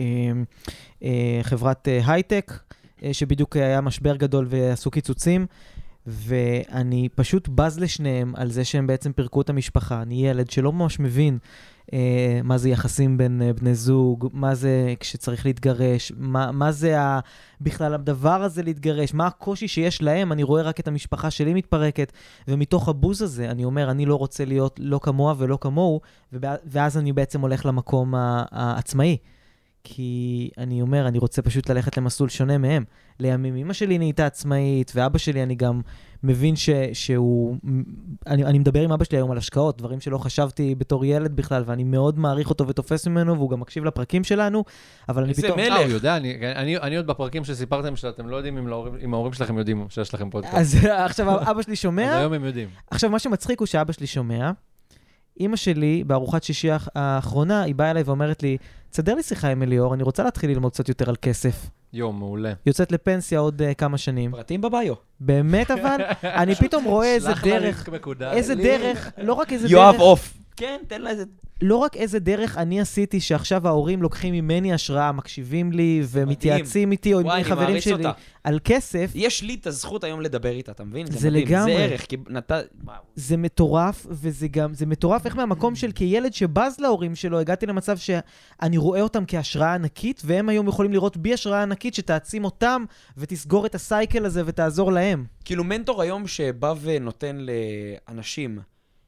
בחברת הייטק, שבדיוק היה משבר גדול ועשו קיצוצים, ואני פשוט בז לשניהם על זה שהם בעצם פירקו את המשפחה. אני ילד שלא ממש מבין מה זה יחסים בין בני זוג, מה זה כשצריך להתגרש, מה זה בכלל הדבר הזה להתגרש, מה הקושי שיש להם. אני רואה רק את המשפחה שלי מתפרקת, ומתוך הבוז הזה אני אומר, אני לא רוצה להיות לא כמוה ולא כמוהו, ואז אני בעצם הולך למקום העצמאי. כי אני אומר, אני רוצה פשוט ללכת למסלול שונה מהם. לימים אמא שלי נהייתה עצמאית, ואבא שלי אני גם מבין שהוא... אני מדבר עם אבא שלי היום על השקעות, דברים שלא חשבתי בתור ילד בכלל, ואני מאוד מעריך אותו ותופס ממנו, והוא גם מקשיב לפרקים שלנו, אבל אני פתאום... איזה מלך! הוא יודע, אני עוד בפרקים שסיפרתם שאתם לא יודעים אם ההורים שלכם יודעים שיש לכם פודקאסט. אז עכשיו אבא שלי שומע... אז היום הם יודעים. עכשיו, מה שמצחיק הוא שאבא שלי שומע. אמא שלי, בארוחת שישי האחרונה, היא באה אליי ואומרת לי, תסדר לי שיחה עם אליאור, אני רוצה להתחיל ללמוד קצת יותר על כסף. יום, מעולה. יוצאת לפנסיה עוד כמה שנים. פרטים בביו. באמת אבל, אני פתאום רואה איזה דרך, לא רק איזה דרך. יואב אוף. כן, תן לה איזה... לא רק איזה דרך אני עשיתי שעכשיו ההורים לוקחים ממני השראה, מקשיבים לי ומתייעצים איתי או עם חברים שלי על כסף. יש לי את הזכות היום לדבר איתה, אתה מבין? זה לגמרי. זה ערך, כי זה מטורף, וזה גם, זה מטורף איך מהמקום של כילד שבז להורים שלו, הגעתי למצב שאני רואה אותם כהשראה ענקית, והם היום יכולים לראות בי השראה ענקית שתעצים אותם ותסגור את הסייקל הזה ותעזור להם. כאילו מנטור היום שבא ונותן לאנשים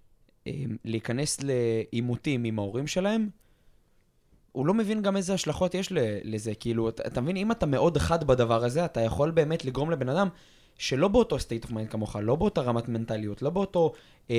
להיכנס לעימותים עם ההורים שלהם, הוא לא מבין גם איזה השלכות יש לזה. כאילו, אתה מבין, אם אתה מאוד חד בדבר הזה, אתה יכול באמת לגרום לבן אדם שלא באותו state of mind כמוך, לא באותה רמת מנטליות, לא באותו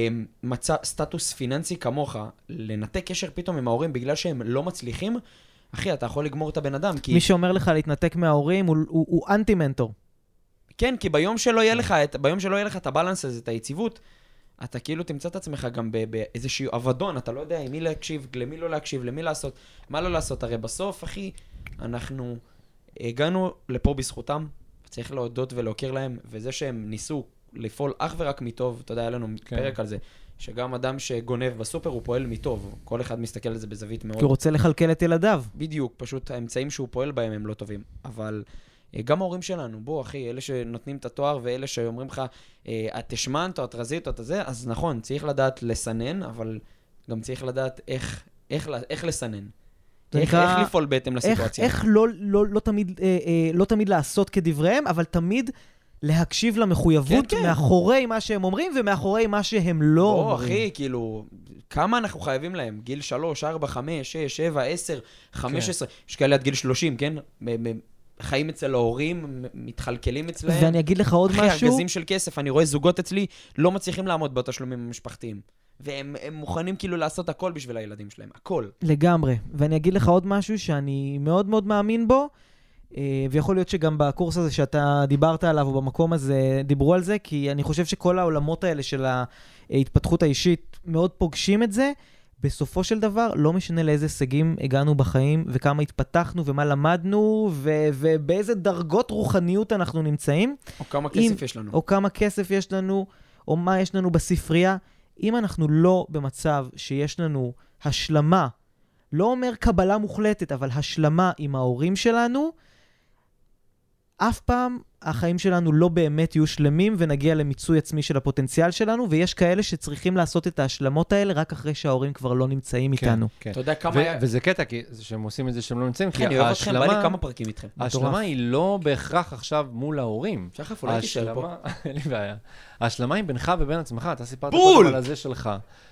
סטטוס פיננסי כמוך, לנתק קשר פתאום עם ההורים בגלל שהם לא מצליחים. אחי, אתה יכול לגמור את הבן אדם. כי... מי שאומר לך להתנתק מההורים הוא אנטי-מנטור. כן, כי ביום שלא יהיה לך את הבלנס הזה, את היציבות, אתה כאילו תמצא את עצמך גם באיזשהו עבדון, אתה לא יודע עם מי להקשיב, למי לא להקשיב, למי לעשות, מה לא לעשות. הרי בסוף, אחי, אנחנו הגענו לפה בזכותם, צריך להודות ולהוקיר להם, וזה שהם ניסו לפעול אך ורק מטוב, אתה יודע, היה לנו פרק על זה, שגם אדם שגונב בסופר הוא פועל מטוב, כל אחד מסתכל על זה בזווית מאוד. כי הוא רוצה לחלקל את ילדיו. בדיוק, פשוט האמצעים שהוא פועל בהם הם לא טובים, אבל... גם ההורים שלנו, בוא אחי, אלה שנותנים את התואר ואלה שאומרים לך, את תשמנת או את רזית או את זה, אז נכון, צריך לדעת לסנן, אבל גם צריך לדעת איך לסנן. איך לפעול בהתאם לסיטואציה. איך לא תמיד לעשות כדבריהם, אבל תמיד להקשיב למחויבות מאחורי מה שהם אומרים ומאחורי מה שהם לא אומרים. בוא אחי, כאילו, כמה אנחנו חייבים להם? גיל 3, 4, 5, 6, 7, 10, 15, יש כאלה עד גיל 30, כן? חיים אצל ההורים, מתחלקלים אצלהם. ואני אגיד לך עוד משהו. אחי, ארגזים של כסף, אני רואה זוגות אצלי, לא מצליחים לעמוד בתשלומים המשפחתיים. והם מוכנים כאילו לעשות הכל בשביל הילדים שלהם, הכל. לגמרי. ואני אגיד לך עוד משהו שאני מאוד מאוד מאמין בו, ויכול להיות שגם בקורס הזה שאתה דיברת עליו, או במקום הזה, דיברו על זה, כי אני חושב שכל העולמות האלה של ההתפתחות האישית מאוד פוגשים את זה. בסופו של דבר, לא משנה לאיזה הישגים הגענו בחיים, וכמה התפתחנו, ומה למדנו, ובאיזה דרגות רוחניות אנחנו נמצאים. או כמה כסף יש לנו. או כמה כסף יש לנו, או מה יש לנו בספרייה. אם אנחנו לא במצב שיש לנו השלמה, לא אומר קבלה מוחלטת, אבל השלמה עם ההורים שלנו, אף פעם החיים שלנו לא באמת יהיו שלמים, ונגיע למיצוי עצמי של הפוטנציאל שלנו, ויש כאלה שצריכים לעשות את ההשלמות האלה, רק אחרי שההורים כבר לא נמצאים איתנו. כן. אתה יודע כמה... וזה קטע, כי שהם עושים את זה שהם לא נמצאים, כי אני אוהב אתכם, בא לי כמה פרקים איתכם. ההשלמה היא לא בהכרח עכשיו מול ההורים. שחף, אולי תישאר פה. אין לי בעיה. ההשלמה היא בינך ובין עצמך, אתה סיפרת בול! על הזה שלך,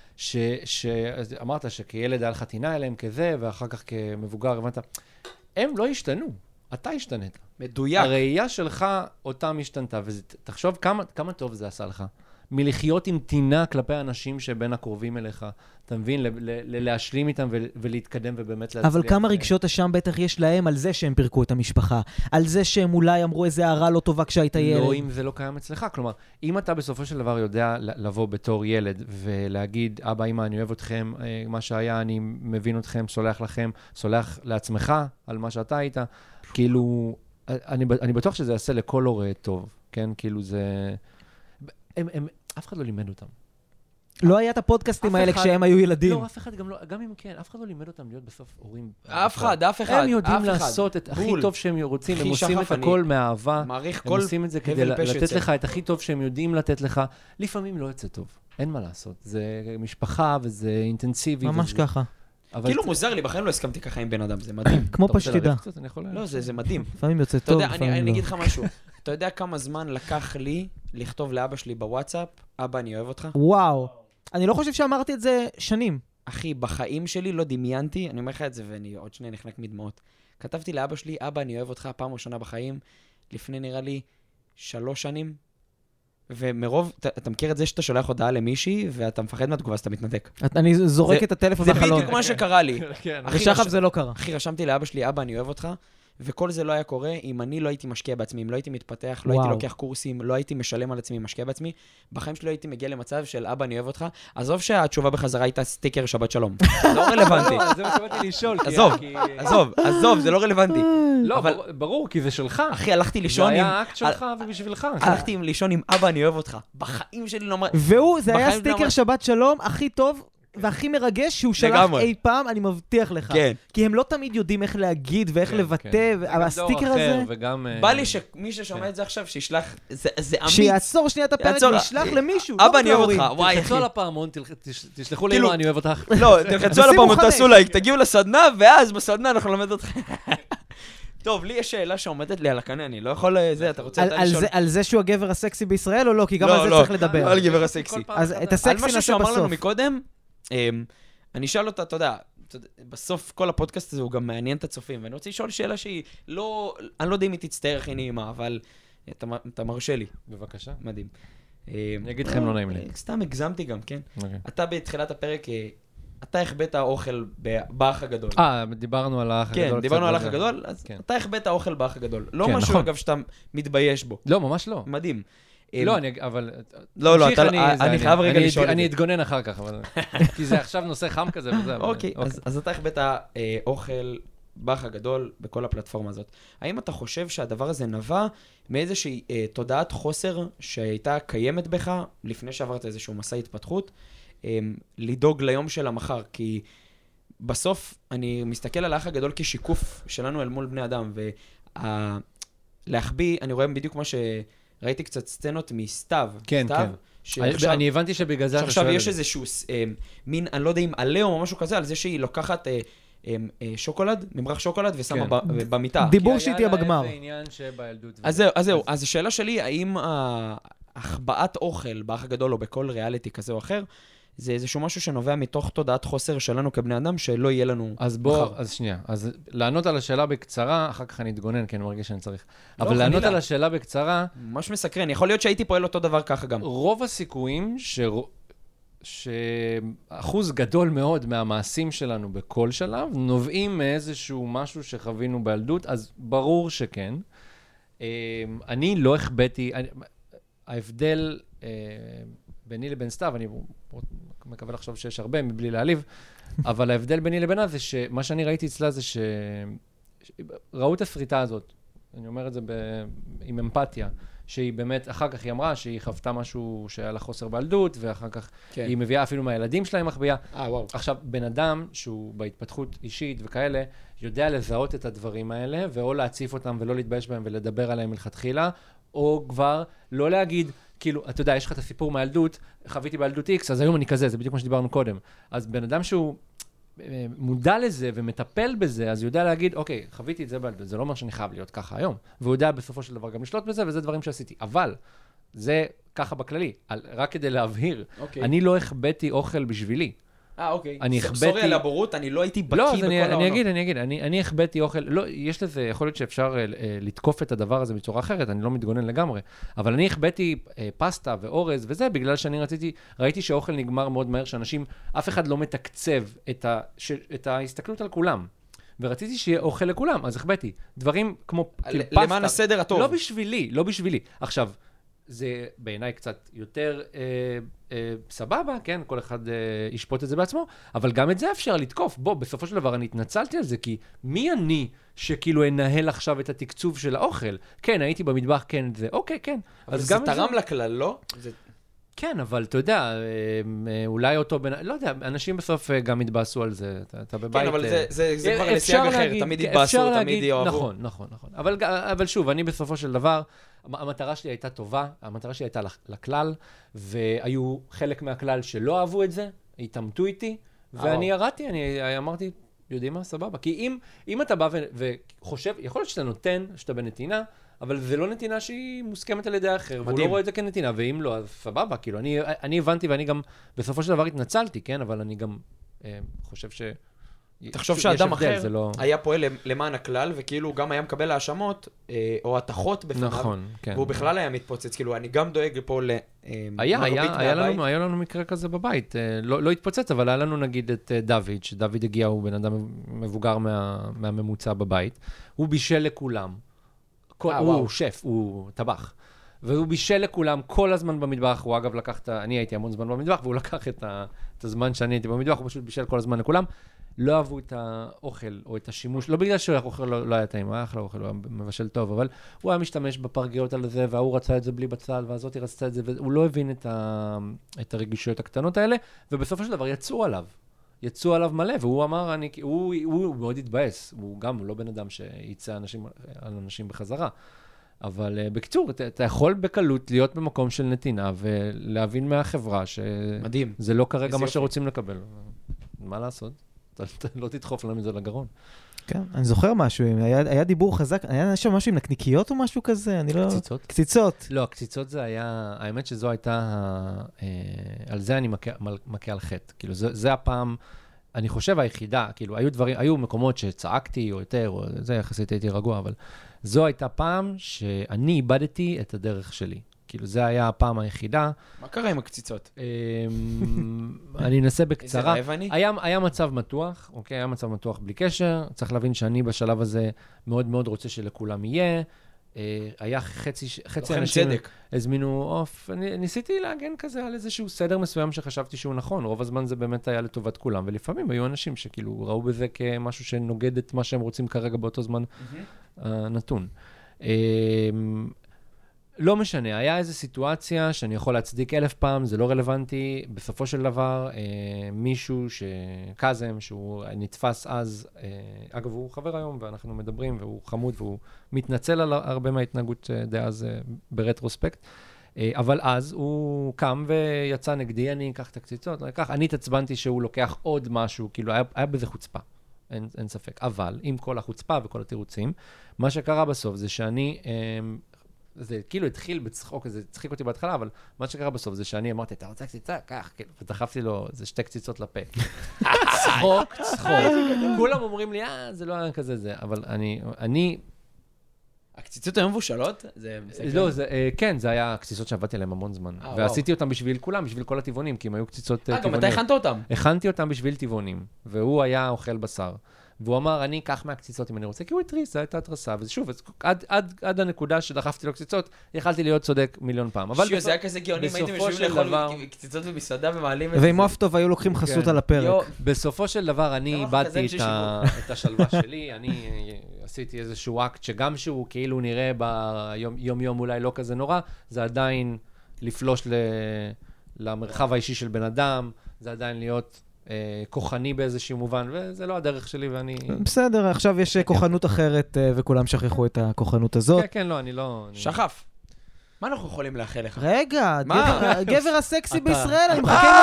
שאמרת שכילד היה לך טינה אליהם כזה, ואחר כך כמבוגר הבנת, הם לא השתנו, אתה השתנית. מדויק. הראייה שלך אותם השתנתה, ותחשוב כמה טוב זה עשה לך. מלחיות עם טינה כלפי האנשים שבין הקרובים אליך, אתה מבין? להשלים איתם ולהתקדם ובאמת להצליח. אבל כמה רגשות אשם בטח יש להם על זה שהם פירקו את המשפחה, על זה שהם אולי אמרו איזה הערה לא טובה כשהיית ילד. לא אם זה לא קיים אצלך, כלומר, אם אתה בסופו של דבר יודע לבוא בתור ילד ולהגיד, אבא, אמא, אני אוהב אתכם, מה שהיה, אני מבין אתכם, סולח לכם, סולח לעצמך על מה שאתה היית, כאילו, אני בטוח שזה יעשה לכל הורה טוב, כן? כאילו זה... אף אחד לא לימד אותם. לא היה את הפודקאסטים האלה כשהם היו ילדים. לא, אף אחד גם לא, גם אם כן, אף אחד לא לימד אותם להיות בסוף הורים. אף אחד. הם יודעים לעשות את הכי טוב שהם רוצים, הם עושים את הכל מאהבה, הם עושים את זה כדי לתת לך את הכי טוב שהם יודעים לתת לך. לפעמים לא יוצא טוב, אין מה לעשות. זה משפחה וזה אינטנסיבי. ממש ככה. כאילו מוזר לי, בחיים לא הסכמתי ככה עם בן אדם, זה מדהים. כמו פשטידה. לא, זה מדהים. לפעמים יוצא טוב, לפעמים לא. אני אגיד לך משהו. אתה יודע כמה זמן לקח לי לכתוב לאבא שלי בוואטסאפ, אבא, אני אוהב אותך? וואו. אני לא חושב שאמרתי את זה שנים. אחי, בחיים שלי לא דמיינתי, אני אומר לך את זה ואני עוד שנייה נחנק מדמעות. כתבתי לאבא שלי, אבא, אני אוהב אותך, פעם ראשונה בחיים, לפני נראה לי 3 שנים, ומרוב, אתה מכיר את זה שאתה שולח הודעה למישהי, ואתה מפחד מהתגובה, אז אתה מתנתק. אני זורק את הטלפון בחלון. זה בדיוק מה שקרה לי. ושחף זה לא קרה. אחי, רשמתי לאבא שלי, אבא, אני אוהב אותך, וכל זה לא היה קורה אם אני לא הייתי משקיע בעצמי, אם לא הייתי מתפתח, לא הייתי לוקח קורסים, לא הייתי משלם על עצמי, משקיע בעצמי. בחיים שלי הייתי מגיע למצב של אבא, אני אוהב אותך. עזוב שהתשובה בחזרה הייתה סטיקר שבת שלום. לא רלוונטי. זה מה שבאתי לשאול. עזוב, זה לא רלוונטי. לא, ברור, כי זה שלך. אחי, הלכתי לישון עם... זה היה אקט שלך ובשבילך. הלכתי לישון עם אבא, אני אוהב אותך. בחיים שלי לא... והוא, זה היה סטיקר שבת שלום הכי טוב והכי מרגש שהוא שלח אי פעם, אני מבטיח לך. כן. כי הם לא תמיד יודעים איך להגיד ואיך לבטא, אבל הסטיקר הזה... בא לי שמי ששומע את זה עכשיו, שישלח... זה אמיץ. שיעצור שנייה את הפרק וישלח למישהו. אבא, אני אוהב אותך. וואי, תלחצו על הפעמון, תשלחו לי, אני אוהב אותך. לא, תלחצו על הפעמון, תעשו לייק, תגיעו לסדנה, ואז בסדנה אנחנו נלמד אותך. טוב, לי יש שאלה שעומדת לי על הקנה, אני לא יכול זה, אתה רוצה לשאול... על זה שהוא הגבר הסקסי בישראל או לא? כי גם על זה צריך לדבר. לא על גבר הסקסי. אז את הסקסי נעשה בסוף. על משהו שאמר לנו מקודם, אני אשאל אותה, אתה יודע, בסוף כל הפודקאסט הזה הוא גם מעניין את הצופים, ואני רוצה לשאול שאלה שהיא לא... אני לא יודע אם היא תצטער הכי נעימה, אבל אתה מרשה לי. בבקשה. מדהים. אני אגיד לכם לא נעים לי. סתם הגזמתי גם, כן? אתה בתחילת הפרק... אתה החבאת האוכל באח הגדול. דיברנו על האח הגדול. כן, דיברנו על האח הגדול, אז אתה החבאת האוכל באח הגדול. לא משהו, אגב, שאתה מתבייש בו. לא, ממש לא. מדהים. לא, אבל... לא, אני חייב רגע לשאול את זה. אני אתגונן אחר כך, כי זה עכשיו נושא חם כזה וזה. אוקיי, אז אתה החבאת אוכל באח הגדול בכל הפלטפורמה הזאת. האם אתה חושב שהדבר הזה נבע מאיזושהי תודעת חוסר שהייתה קיימת בך לפני שעברת איזשהו מסע התפתחות? לדאוג ליום של המחר, כי בסוף אני מסתכל על האח הגדול כשיקוף שלנו אל מול בני אדם, ולהחביא, אני רואה בדיוק מה שראיתי קצת סצנות מסתיו. כן, כן. אני הבנתי שבגלל זה... שעכשיו יש איזשהו מין, אני לא יודע אם עליה או משהו כזה, על זה שהיא לוקחת שוקולד, ממרח שוקולד, ושמה במיטה. דיבור שהיא תהיה בגמר. זה עניין שבילדות... אז זהו, אז השאלה שלי, האם החבאת אוכל באח הגדול או בכל ריאליטי כזה או אחר, זה איזשהו משהו שנובע מתוך תודעת חוסר שלנו כבני אדם, שלא יהיה לנו מחר. אז שנייה, אז לענות על השאלה בקצרה, אחר כך אני אתגונן, כי אני מרגיש שאני צריך. אבל לענות על השאלה בקצרה... ממש מסקרן, יכול להיות שהייתי פועל אותו דבר ככה גם. רוב הסיכויים שאחוז גדול מאוד מהמעשים שלנו בכל שלב, נובעים מאיזשהו משהו שחווינו בילדות, אז ברור שכן. אני לא החבאתי, ההבדל ביני לבין סתיו, אני מקווה לחשוב שיש הרבה מבלי להעליב, אבל ההבדל ביני לבינה זה שמה שאני ראיתי אצלה זה שראו את הסריטה הזאת, אני אומר את זה עם אמפתיה, שהיא באמת, אחר כך היא אמרה שהיא חוותה משהו שהיה לה חוסר בילדות, ואחר כך היא מביאה אפילו מהילדים שלה עם מחביאה. עכשיו, בן אדם שהוא בהתפתחות אישית וכאלה, יודע לזהות את הדברים האלה, ואו להציף אותם ולא להתבייש בהם ולדבר עליהם מלכתחילה, או כבר לא להגיד, כאילו, אתה יודע, יש לך את הסיפור מהילדות, חוויתי בילדות X, אז היום אני כזה, זה בדיוק מה שדיברנו קודם. אז בן אדם שהוא מודע לזה ומטפל בזה, אז יודע להגיד, אוקיי, חוויתי את זה בילדות, זה לא אומר שאני חייב להיות ככה היום. והוא יודע בסופו של דבר גם לשלוט בזה, וזה דברים שעשיתי. אבל, זה ככה בכללי, רק כדי להבהיר, אני לא החבאתי אוכל בשבילי. אוקיי. סורי על הבורות, אני לא הייתי בקיא בכל העונות. אני החבאתי אוכל, לא, יש לזה, יכול להיות שאפשר לתקוף את הדבר הזה בצורה אחרת, אני לא מתגונן לגמרי, אבל אני החבאתי פסטה ואורז וזה, בגלל שאני ראיתי שהאוכל נגמר מאוד מהר, שאנשים, אף אחד לא מתקצב את ההסתכלות על כולם. ורציתי שיהיה אוכל לכולם, אז החבאתי. דברים כמו פסטה. למען הסדר הטוב. לא בשבילי. עכשיו, זה בעיניי קצת יותר סבבה, כן? כל אחד ישפוט את זה בעצמו, אבל גם את זה אפשר לתקוף. בסופו של דבר אני התנצלתי על זה, כי מי אני שכאילו אנהל עכשיו את התקצוב של האוכל? כן, הייתי במטבח, כן, זה, אוקיי, כן. אבל זה תרם לכלל, לא? כן, אבל אתה יודע, אולי אותו לא יודע, אנשים בסוף גם התבאסו על זה, אתה בבית... כן, אבל זה כבר לסייג אחר, תמיד התבאסו, תמיד יאהבו. נכון. אבל שוב, אני בסופו של דבר, המטרה שלי הייתה טובה, המטרה שלי הייתה לכלל, והיו חלק מהכלל שלא אהבו את זה, התאמתו איתי, ואני ירדתי, אני אמרתי, יודעים מה, סבבה. כי אם אתה בא וחושב, יכול להיות שאתה נותן, שאתה בנתינה, אבל זה לא נתינה שהיא מוסכמת על ידי האחר, והוא לא רואה את זה כנתינה, ואם לא, אז סבבה, כאילו, אני הבנתי ואני גם בסופו של דבר התנצלתי, כן, אבל אני גם חושב ש... תחשוב שאדם אחר היה פועל למען הכלל, וכאילו גם היה מקבל האשמות, או התחות בפניו, נכון, כן. והוא בכלל היה מתפוצץ, כאילו, אני גם דואג פה היה לנו מקרה כזה בבית, לא התפוצץ, אבל היה לנו נגיד את דוד, שדוד הגיע, הוא בן אדם מבוגר מהממוצע בבית, הוא בישל לכולם, הוא שף, הוא טבח. והוא בישל לכולם כל הזמן במטבח, הוא אגב לקח אני הייתי המון זמן במטבח, והוא לקח את הזמן שאני הייתי במטבח, הוא פשוט בישל כל הזמן לכולם. לא אהבו את האוכל או את השימוש, לא בגלל שהאוכל לא היה טעים, הוא היה אחלה אוכל, הוא היה מבשל טוב, אבל הוא היה משתמש בפרגיות על זה, והוא רצה את זה בלי בצל, והזאתי רצתה את זה, והוא לא הבין את הרגישויות הקטנות האלה, ובסופו של דבר יצאו עליו מלא, והוא אמר, הוא מאוד התבאס, הוא גם לא בן אדם שיצא על אנשים בחזרה. אבל בקיצור, אתה יכול בקלות להיות במקום של נתינה, ולהבין מהחברה שזה לא כרגע מה שרוצים לקבל. מה לעשות? אתה לא תדחוף לנו מזה לגרון. כן, אני זוכר משהו, היה דיבור חזק, היה שם משהו עם נקניקיות או משהו כזה? קציצות? קציצות. לא, קציצות זה היה, האמת שזו הייתה, על זה אני מכה על חטא. כאילו, זה הפעם, אני חושב היחידה, כאילו, היו מקומות שצעקתי או יותר, או זה יחסית הייתי רגוע, אבל זו הייתה פעם שאני איבדתי את הדרך שלי. כאילו, זה היה הפעם היחידה. מה קרה עם הקציצות? אני אנסה בקצרה. היה מצב מתוח, אוקיי? היה מצב מתוח בלי קשר. צריך להבין שאני בשלב הזה מאוד מאוד רוצה שלכולם יהיה. היה חצי אנשים הזמינו אוף. ניסיתי להגן כזה על איזשהו סדר מסוים שחשבתי שהוא נכון. רוב הזמן זה באמת היה לטובת כולם, ולפעמים היו אנשים שכאילו ראו בזה כמשהו שנוגד את מה שהם רוצים כרגע באותו זמן נתון. לא משנה, היה איזו סיטואציה שאני יכול להצדיק 1000 פעם, זה לא רלוונטי. בסופו של דבר, מישהו קזם, שהוא נתפס אז, אגב, הוא חבר היום, ואנחנו מדברים, והוא חמוד, והוא מתנצל על הרבה מההתנהגות דאז ברטרוספקט, אבל אז הוא קם ויצא נגדי, אני אקח את הקציצות, אני התעצבנתי שהוא לוקח עוד משהו, כאילו היה בזה חוצפה, אין ספק. אבל עם כל החוצפה וכל התירוצים, מה שקרה בסוף זה שאני זה כאילו התחיל בצחוק, זה צחיק אותי בהתחלה, אבל מה שקרה בסוף זה שאני אמרתי, אתה רוצה קציצה? קח, ודחפתי לו, זה 2 קציצות לפה. צחוק. כולם אומרים לי, זה לא היה כזה זה, אבל אני... הקציצות היום מבושלות? לא, כן, זה היה קציצות שעבדתי עליהן המון זמן. ועשיתי אותן בשביל כולם, בשביל כל הטבעונים, כי הם היו קציצות טבעונים. גם אתה הכנת אותם? הכנתי אותם בשביל טבעונים, והוא היה אוכל בשר. והוא אמר, אני אקח מהקציצות אם אני רוצה, כי הוא התריס, זו הייתה התרסה. ושוב, עד הנקודה שדחפתי לו קציצות, יכלתי להיות צודק מיליון פעם. זה היה כזה גאונים, הייתם יושבים לאכול קציצות במסעדה ומעלים את זה. ועם אוף טוב היו לוקחים חסות על הפרק. בסופו של דבר, אני איבדתי את השלווה שלי, אני עשיתי איזשהו אקט שגם שהוא כאילו נראה ביום אולי לא כזה נורא, זה עדיין לפלוש למרחב האישי של בן אדם, זה עדיין להיות כוחני באיזשהו מובן, וזה לא הדרך שלי, ואני... בסדר, עכשיו יש כוחנות אחרת, וכולם שכחו את הכוחנות הזאת. כן, לא, אני לא... שחף. מה אנחנו יכולים לאחל לך? רגע, גבר הסקסי בישראל, אני מחכה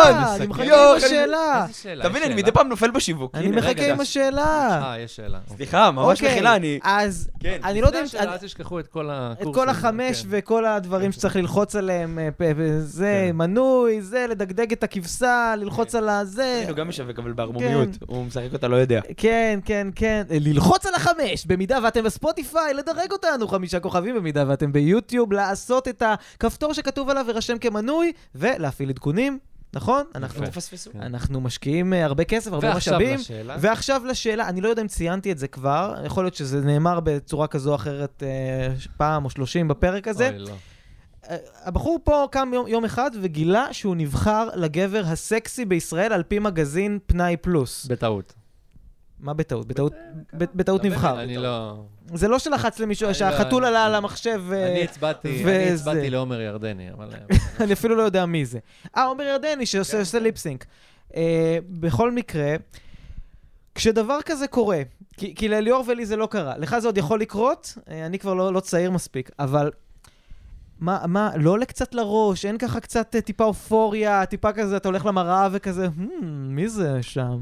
עם השאלה. תבין, אני מדי פעם נופל בשיווק. אני מחכה עם השאלה. יש שאלה. סליחה, ממש מחילה, אז אני לא יודע... אל תשכחו את כל הקורסים. את כל 5 וכל הדברים שצריך ללחוץ עליהם, זה, מנוי, זה, לדגדג את הכבשה, ללחוץ על הזה. הוא גם משווק, אבל בערמומיות. הוא משחק אותה, לא יודע. כן. ללחוץ על 5, במידה ואתם בספוטיפיי, לדרג אותנו 5 כוכבים, במידה ואתם ביוטיוב, לעשות את הכפתור שכתוב עליו ורשם כמנוי, ולהפעיל עדכונים, נכון? אנחנו משקיעים הרבה כסף, הרבה משאבים. ועכשיו לשאלה, אני לא יודע אם ציינתי את זה כבר, יכול להיות שזה נאמר בצורה כזו או אחרת פעם או 30 בפרק הזה. הבחור פה קם יום אחד וגילה שהוא נבחר לגבר הסקסי בישראל על פי מגזין פנאי פלוס. בטעות. מה בטעות? בטעות נבחר. אני לא... זה לא שלחץ למישהו, שהחתול עלה על המחשב אני הצבעתי לעומר ירדני, אבל... אני אפילו לא יודע מי זה. עומר ירדני שעושה ליפסינק. בכל מקרה, כשדבר כזה קורה, כי לאליאור ולי זה לא קרה, לך זה עוד יכול לקרות, אני כבר לא צעיר מספיק, אבל... מה, לא עולה קצת לראש, אין ככה קצת טיפה אופוריה, טיפה כזה, אתה הולך למראה וכזה, מי זה שם?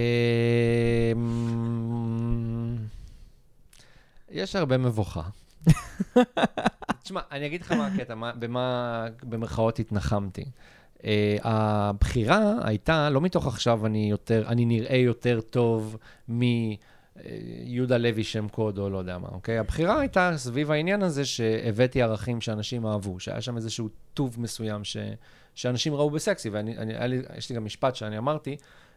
יש הרבה מבוכה. תשמע, אני אגיד לך מה הקטע, במה במרכאות התנחמתי. הבחירה הייתה, לא מתוך עכשיו אני נראה יותר טוב יהודה לוי שם קוד או לא יודע מה, אוקיי? הבחירה הייתה סביב העניין הזה שהבאתי ערכים שאנשים אהבו, שהיה שם איזשהו טוב מסוים שאנשים ראו בסקסי, ויש לי גם משפט שאני אמרתי,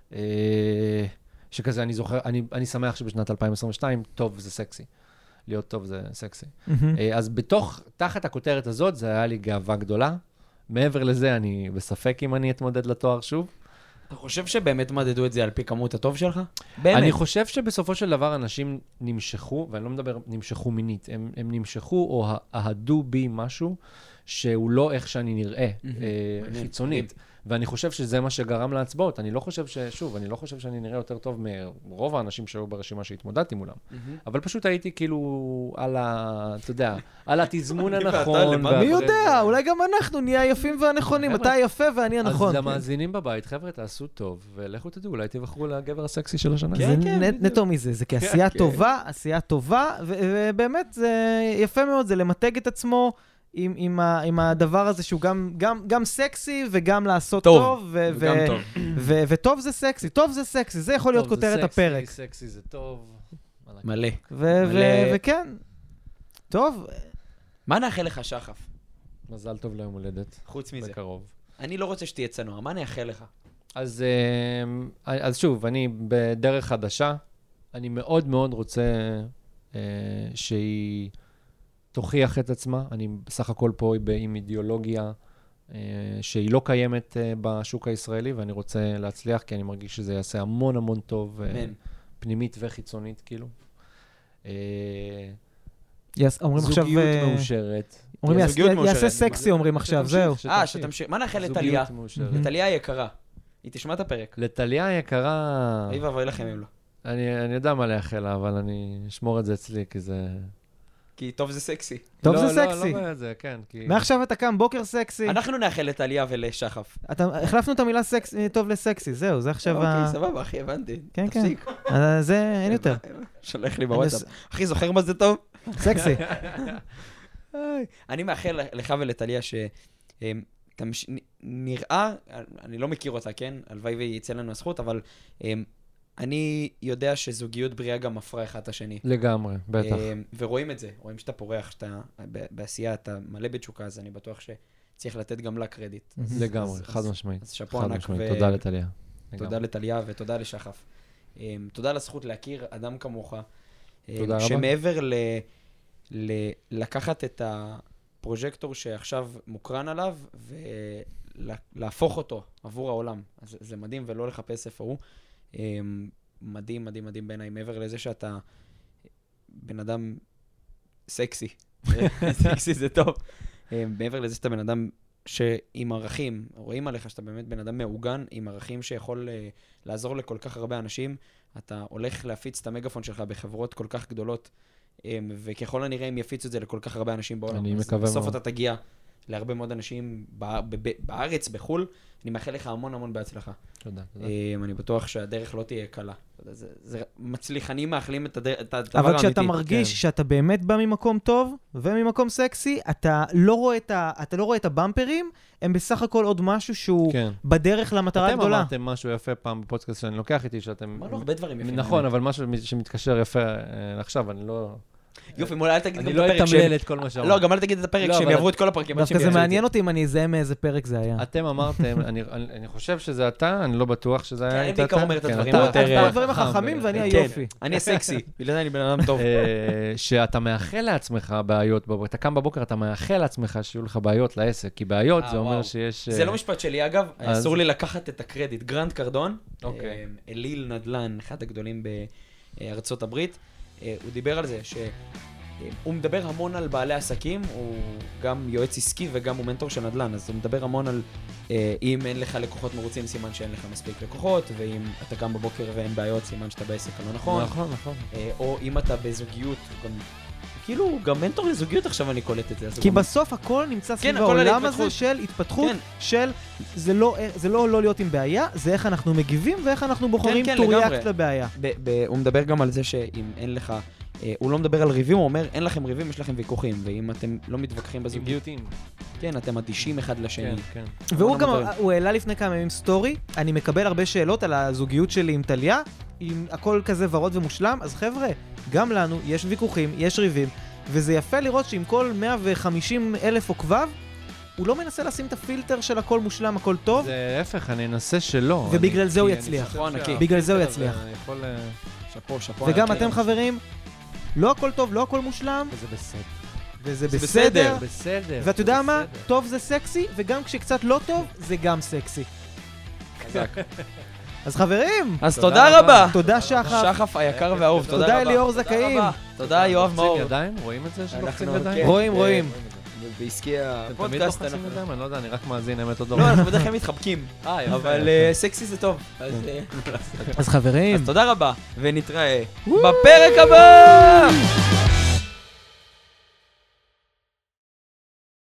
שכזה אני זוכר, אני שמח שבשנת 2022 טוב זה סקסי. להיות טוב זה סקסי. אז תחת הכותרת הזאת, זה היה לי גאווה גדולה. מעבר לזה, אני בספק אם אני אתמודד לתואר שוב. אתה חושב שבאמת מדדו את זה על פי כמות הטוב שלך? באמת. אני חושב שבסופו של דבר אנשים נמשכו, ואני לא מדבר נמשכו מינית, הם נמשכו או אהדו בי משהו שהוא לא איך שאני נראה, חיצונית. ואני חושב שזה מה שגרם להצבעות. אני לא חושב שאני נראה יותר טוב מרוב האנשים שהיו ברשימה שהתמודדתי מולם. אבל פשוט הייתי כאילו אתה יודע, על התזמון הנכון. מי יודע, אולי גם אנחנו נהיה היפים והנכונים. אתה היפה ואני הנכון. אז למאזינים בבית, חבר'ה, תעשו טוב, ולכו תדעו, אולי תבחרו לגבר הסקסי של השנה. זה נטו מזה, זה כעשייה טובה, ובאמת זה יפה מאוד, זה למתג את עצמו, עם הדבר הזה שהוא גם סקסי וגם לעשות טוב, וטוב זה סקסי, זה יכול להיות כותרת הפרק. סקסי זה טוב. מלא. וכן, טוב. מה נאחל לך, שחף? מזל טוב ליום הולדת. חוץ מזה. בקרוב. אני לא רוצה שתהיה צנוע, מה נאחל לך? אז שוב, אני בדרך חדשה, אני מאוד מאוד רוצה שהיא תוכיח את עצמה. אני בסך הכל פה עם אידיאולוגיה שהיא לא קיימת בשוק הישראלי, ואני רוצה להצליח, כי אני מרגיש שזה יעשה המון המון טוב, פנימית וחיצונית, כאילו. אומרים עכשיו... זוגיות מאושרת. אומרים, יעשה סקסי, אומרים עכשיו, זהו. שתמשיך. מה נאחל לטליה? לטליה היקרה. היא תשמע את הפרק. לטליה היקרה... אוי ואבוי לכם אם לא. אני יודע מה לאחל לה, אבל אני אשמור את זה אצלי, כי זה... כי טוב זה סקסי. טוב זה סקסי. לא זה, כן. מעכשיו אתה קם, בוקר סקסי. אנחנו נאחל לטליה ולשחף. החלפנו את המילה טוב לסקסי, זהו, זה עכשיו... אוקיי, סבבה, אחי, הבנתי. כן, כן. זה אין יותר. שולח לי בוואטסאפ. אחי, זוכר מה זה טוב? סקסי. אני מאחל לך ולטליה נראה, אני לא מכיר אותה, כן? הלוואי ויצא לנו הזכות, אבל אני יודע שזוגיות בריאה גם מפרה אחד את השני. לגמרי, בטח. ורואים את זה, רואים שאתה פורח, שאתה בעשייה, אתה מלא בתשוקה, אז אני בטוח שצריך לתת גם לה קרדיט. לגמרי, חד משמעית. אז שפו ענק. תודה לטליה. תודה לטליה ותודה לשחף. תודה לזכות להכיר אדם כמוך. תודה רבה. שמעבר לקחת את הפרוז'קטור שעכשיו מוקרן עליו, ולהפוך אותו עבור העולם. אז זה מדהים, ולא לחפש איפה הוא. מדהים, מדהים, מדהים בעיניי. מעבר לזה שאתה בן אדם סקסי. סקסי זה טוב. מעבר לזה שאתה בן אדם שעם ערכים, רואים עליך שאתה באמת בן אדם מעוגן, עם ערכים שיכול לעזור לכל כך הרבה אנשים. אתה הולך להפיץ את המגפון שלך בחברות כל כך גדולות, וככל הנראה הם יפיצו את זה לכל כך הרבה אנשים בעולם. אני מקווה מאוד. בסוף אתה תגיע להרבה מאוד אנשים בארץ, בחול. אני מאחל לך המון המון בהצלחה. תודה. אני בטוח שהדרך לא תהיה קלה. זה מצליחנים מאחלים את הדבר האמיתי. אבל כשאתה מרגיש שאתה באמת בא ממקום טוב וממקום סקסי, אתה לא רואה את הבמפרים, הם בסך הכל עוד משהו שהוא בדרך למטרה הגדולה. אתם אמרתם משהו יפה פעם בפודקאסט שאני לוקח איתי, שאתם... אמרנו הרבה דברים יפים. נכון, אבל משהו שמתקשר יפה עכשיו, אני לא... יופי, אולי אל תגיד גם את הפרק. אני לא אתמלל את כל מה שאמרת. לא, גם אל תגיד את הפרק שהם יעברו את כל הפרקים. דווקא זה מעניין אותי אם אני אזהה מאיזה פרק זה היה. אתם אמרתם, אני חושב שזה אתה, אני לא בטוח שזה היה אתה. אני בעיקר אומר את הדברים יותר... הדברים החכמים ואני היופי. אני הסקסי, בגלל זה אני בן אדם טוב. שאתה מאחל לעצמך בעיות, אתה קם בבוקר, אתה מאחל לעצמך שיהיו לך בעיות לעסק, כי בעיות זה אומר שיש... זה לא משפט שלי, אגב, אסור לי לקחת את הקרדיט. גרנט קרדון, אליל נדל"ן, אחד הגדולים בארצות הברית, הוא דיבר על זה הוא מדבר המון על בעלי עסקים, הוא גם יועץ עסקי וגם הוא מנטור של נדל"ן, אז הוא מדבר המון על אם אין לך לקוחות מרוצים, סימן שאין לך מספיק לקוחות, ואם אתה קם בבוקר ואין בעיות, סימן שאתה בעסק הלא נכון. נכון, נכון. או אם אתה בזוגיות, כאילו גם מנטור לזוגיות עכשיו אני קולט את זה. כי בסוף הכל נמצא סביב העולם הזה של התפתחות, של זה לא להיות עם בעיה, זה איך אנחנו מגיבים ואיך אנחנו בוחרים to react לבעיה. הוא מדבר גם על זה שאם אין לך... הוא לא מדבר על ריבים, הוא אומר, אין לכם ריבים, יש לכם ויכוחים, ואם אתם לא מתווכחים בזוגיות, כן, אתם אדישים אחד לשני. והוא גם, הוא העלה לפני כמה ימים סטורי, אני מקבל הרבה שאלות על הזוגיות שלי עם טליה, אם הכל כזה ורוד ומושלם, אז חבר'ה, גם לנו יש ויכוחים, יש ריבים, וזה יפה לראות שעם כל 150,000 עוקביו, הוא לא מנסה לשים את הפילטר של הכל מושלם, הכל טוב. זה הפך, אני אנסה שלא. ובגלל זה הוא יצליח. בגלל זה הוא יצליח. וגם אתם חברים, לא הכל טוב, לא הכל מושלם. וזה בסדר. וזה בסדר. ואתה יודע מה? טוב זה סקסי, וגם כשקצת לא טוב, זה גם סקסי. חזק. אז חברים. אז תודה רבה. תודה שחף. שחף היקר והאהוב, תודה רבה. תודה אליאור זכאים. תודה יואב מאור. לוחצים ידיים? רואים את זה שלוחצים ידיים? רואים. בעסקי הפודקאסט. אתם תמיד לוחצים ידיים? אני לא יודע, אני רק מאזין, האמת עוד לא. לא, אנחנו בדרך כלל מתחבקים. אבל סקסי זה טוב. אז חברים. אז תודה רבה, ונתראה בפרק הבא!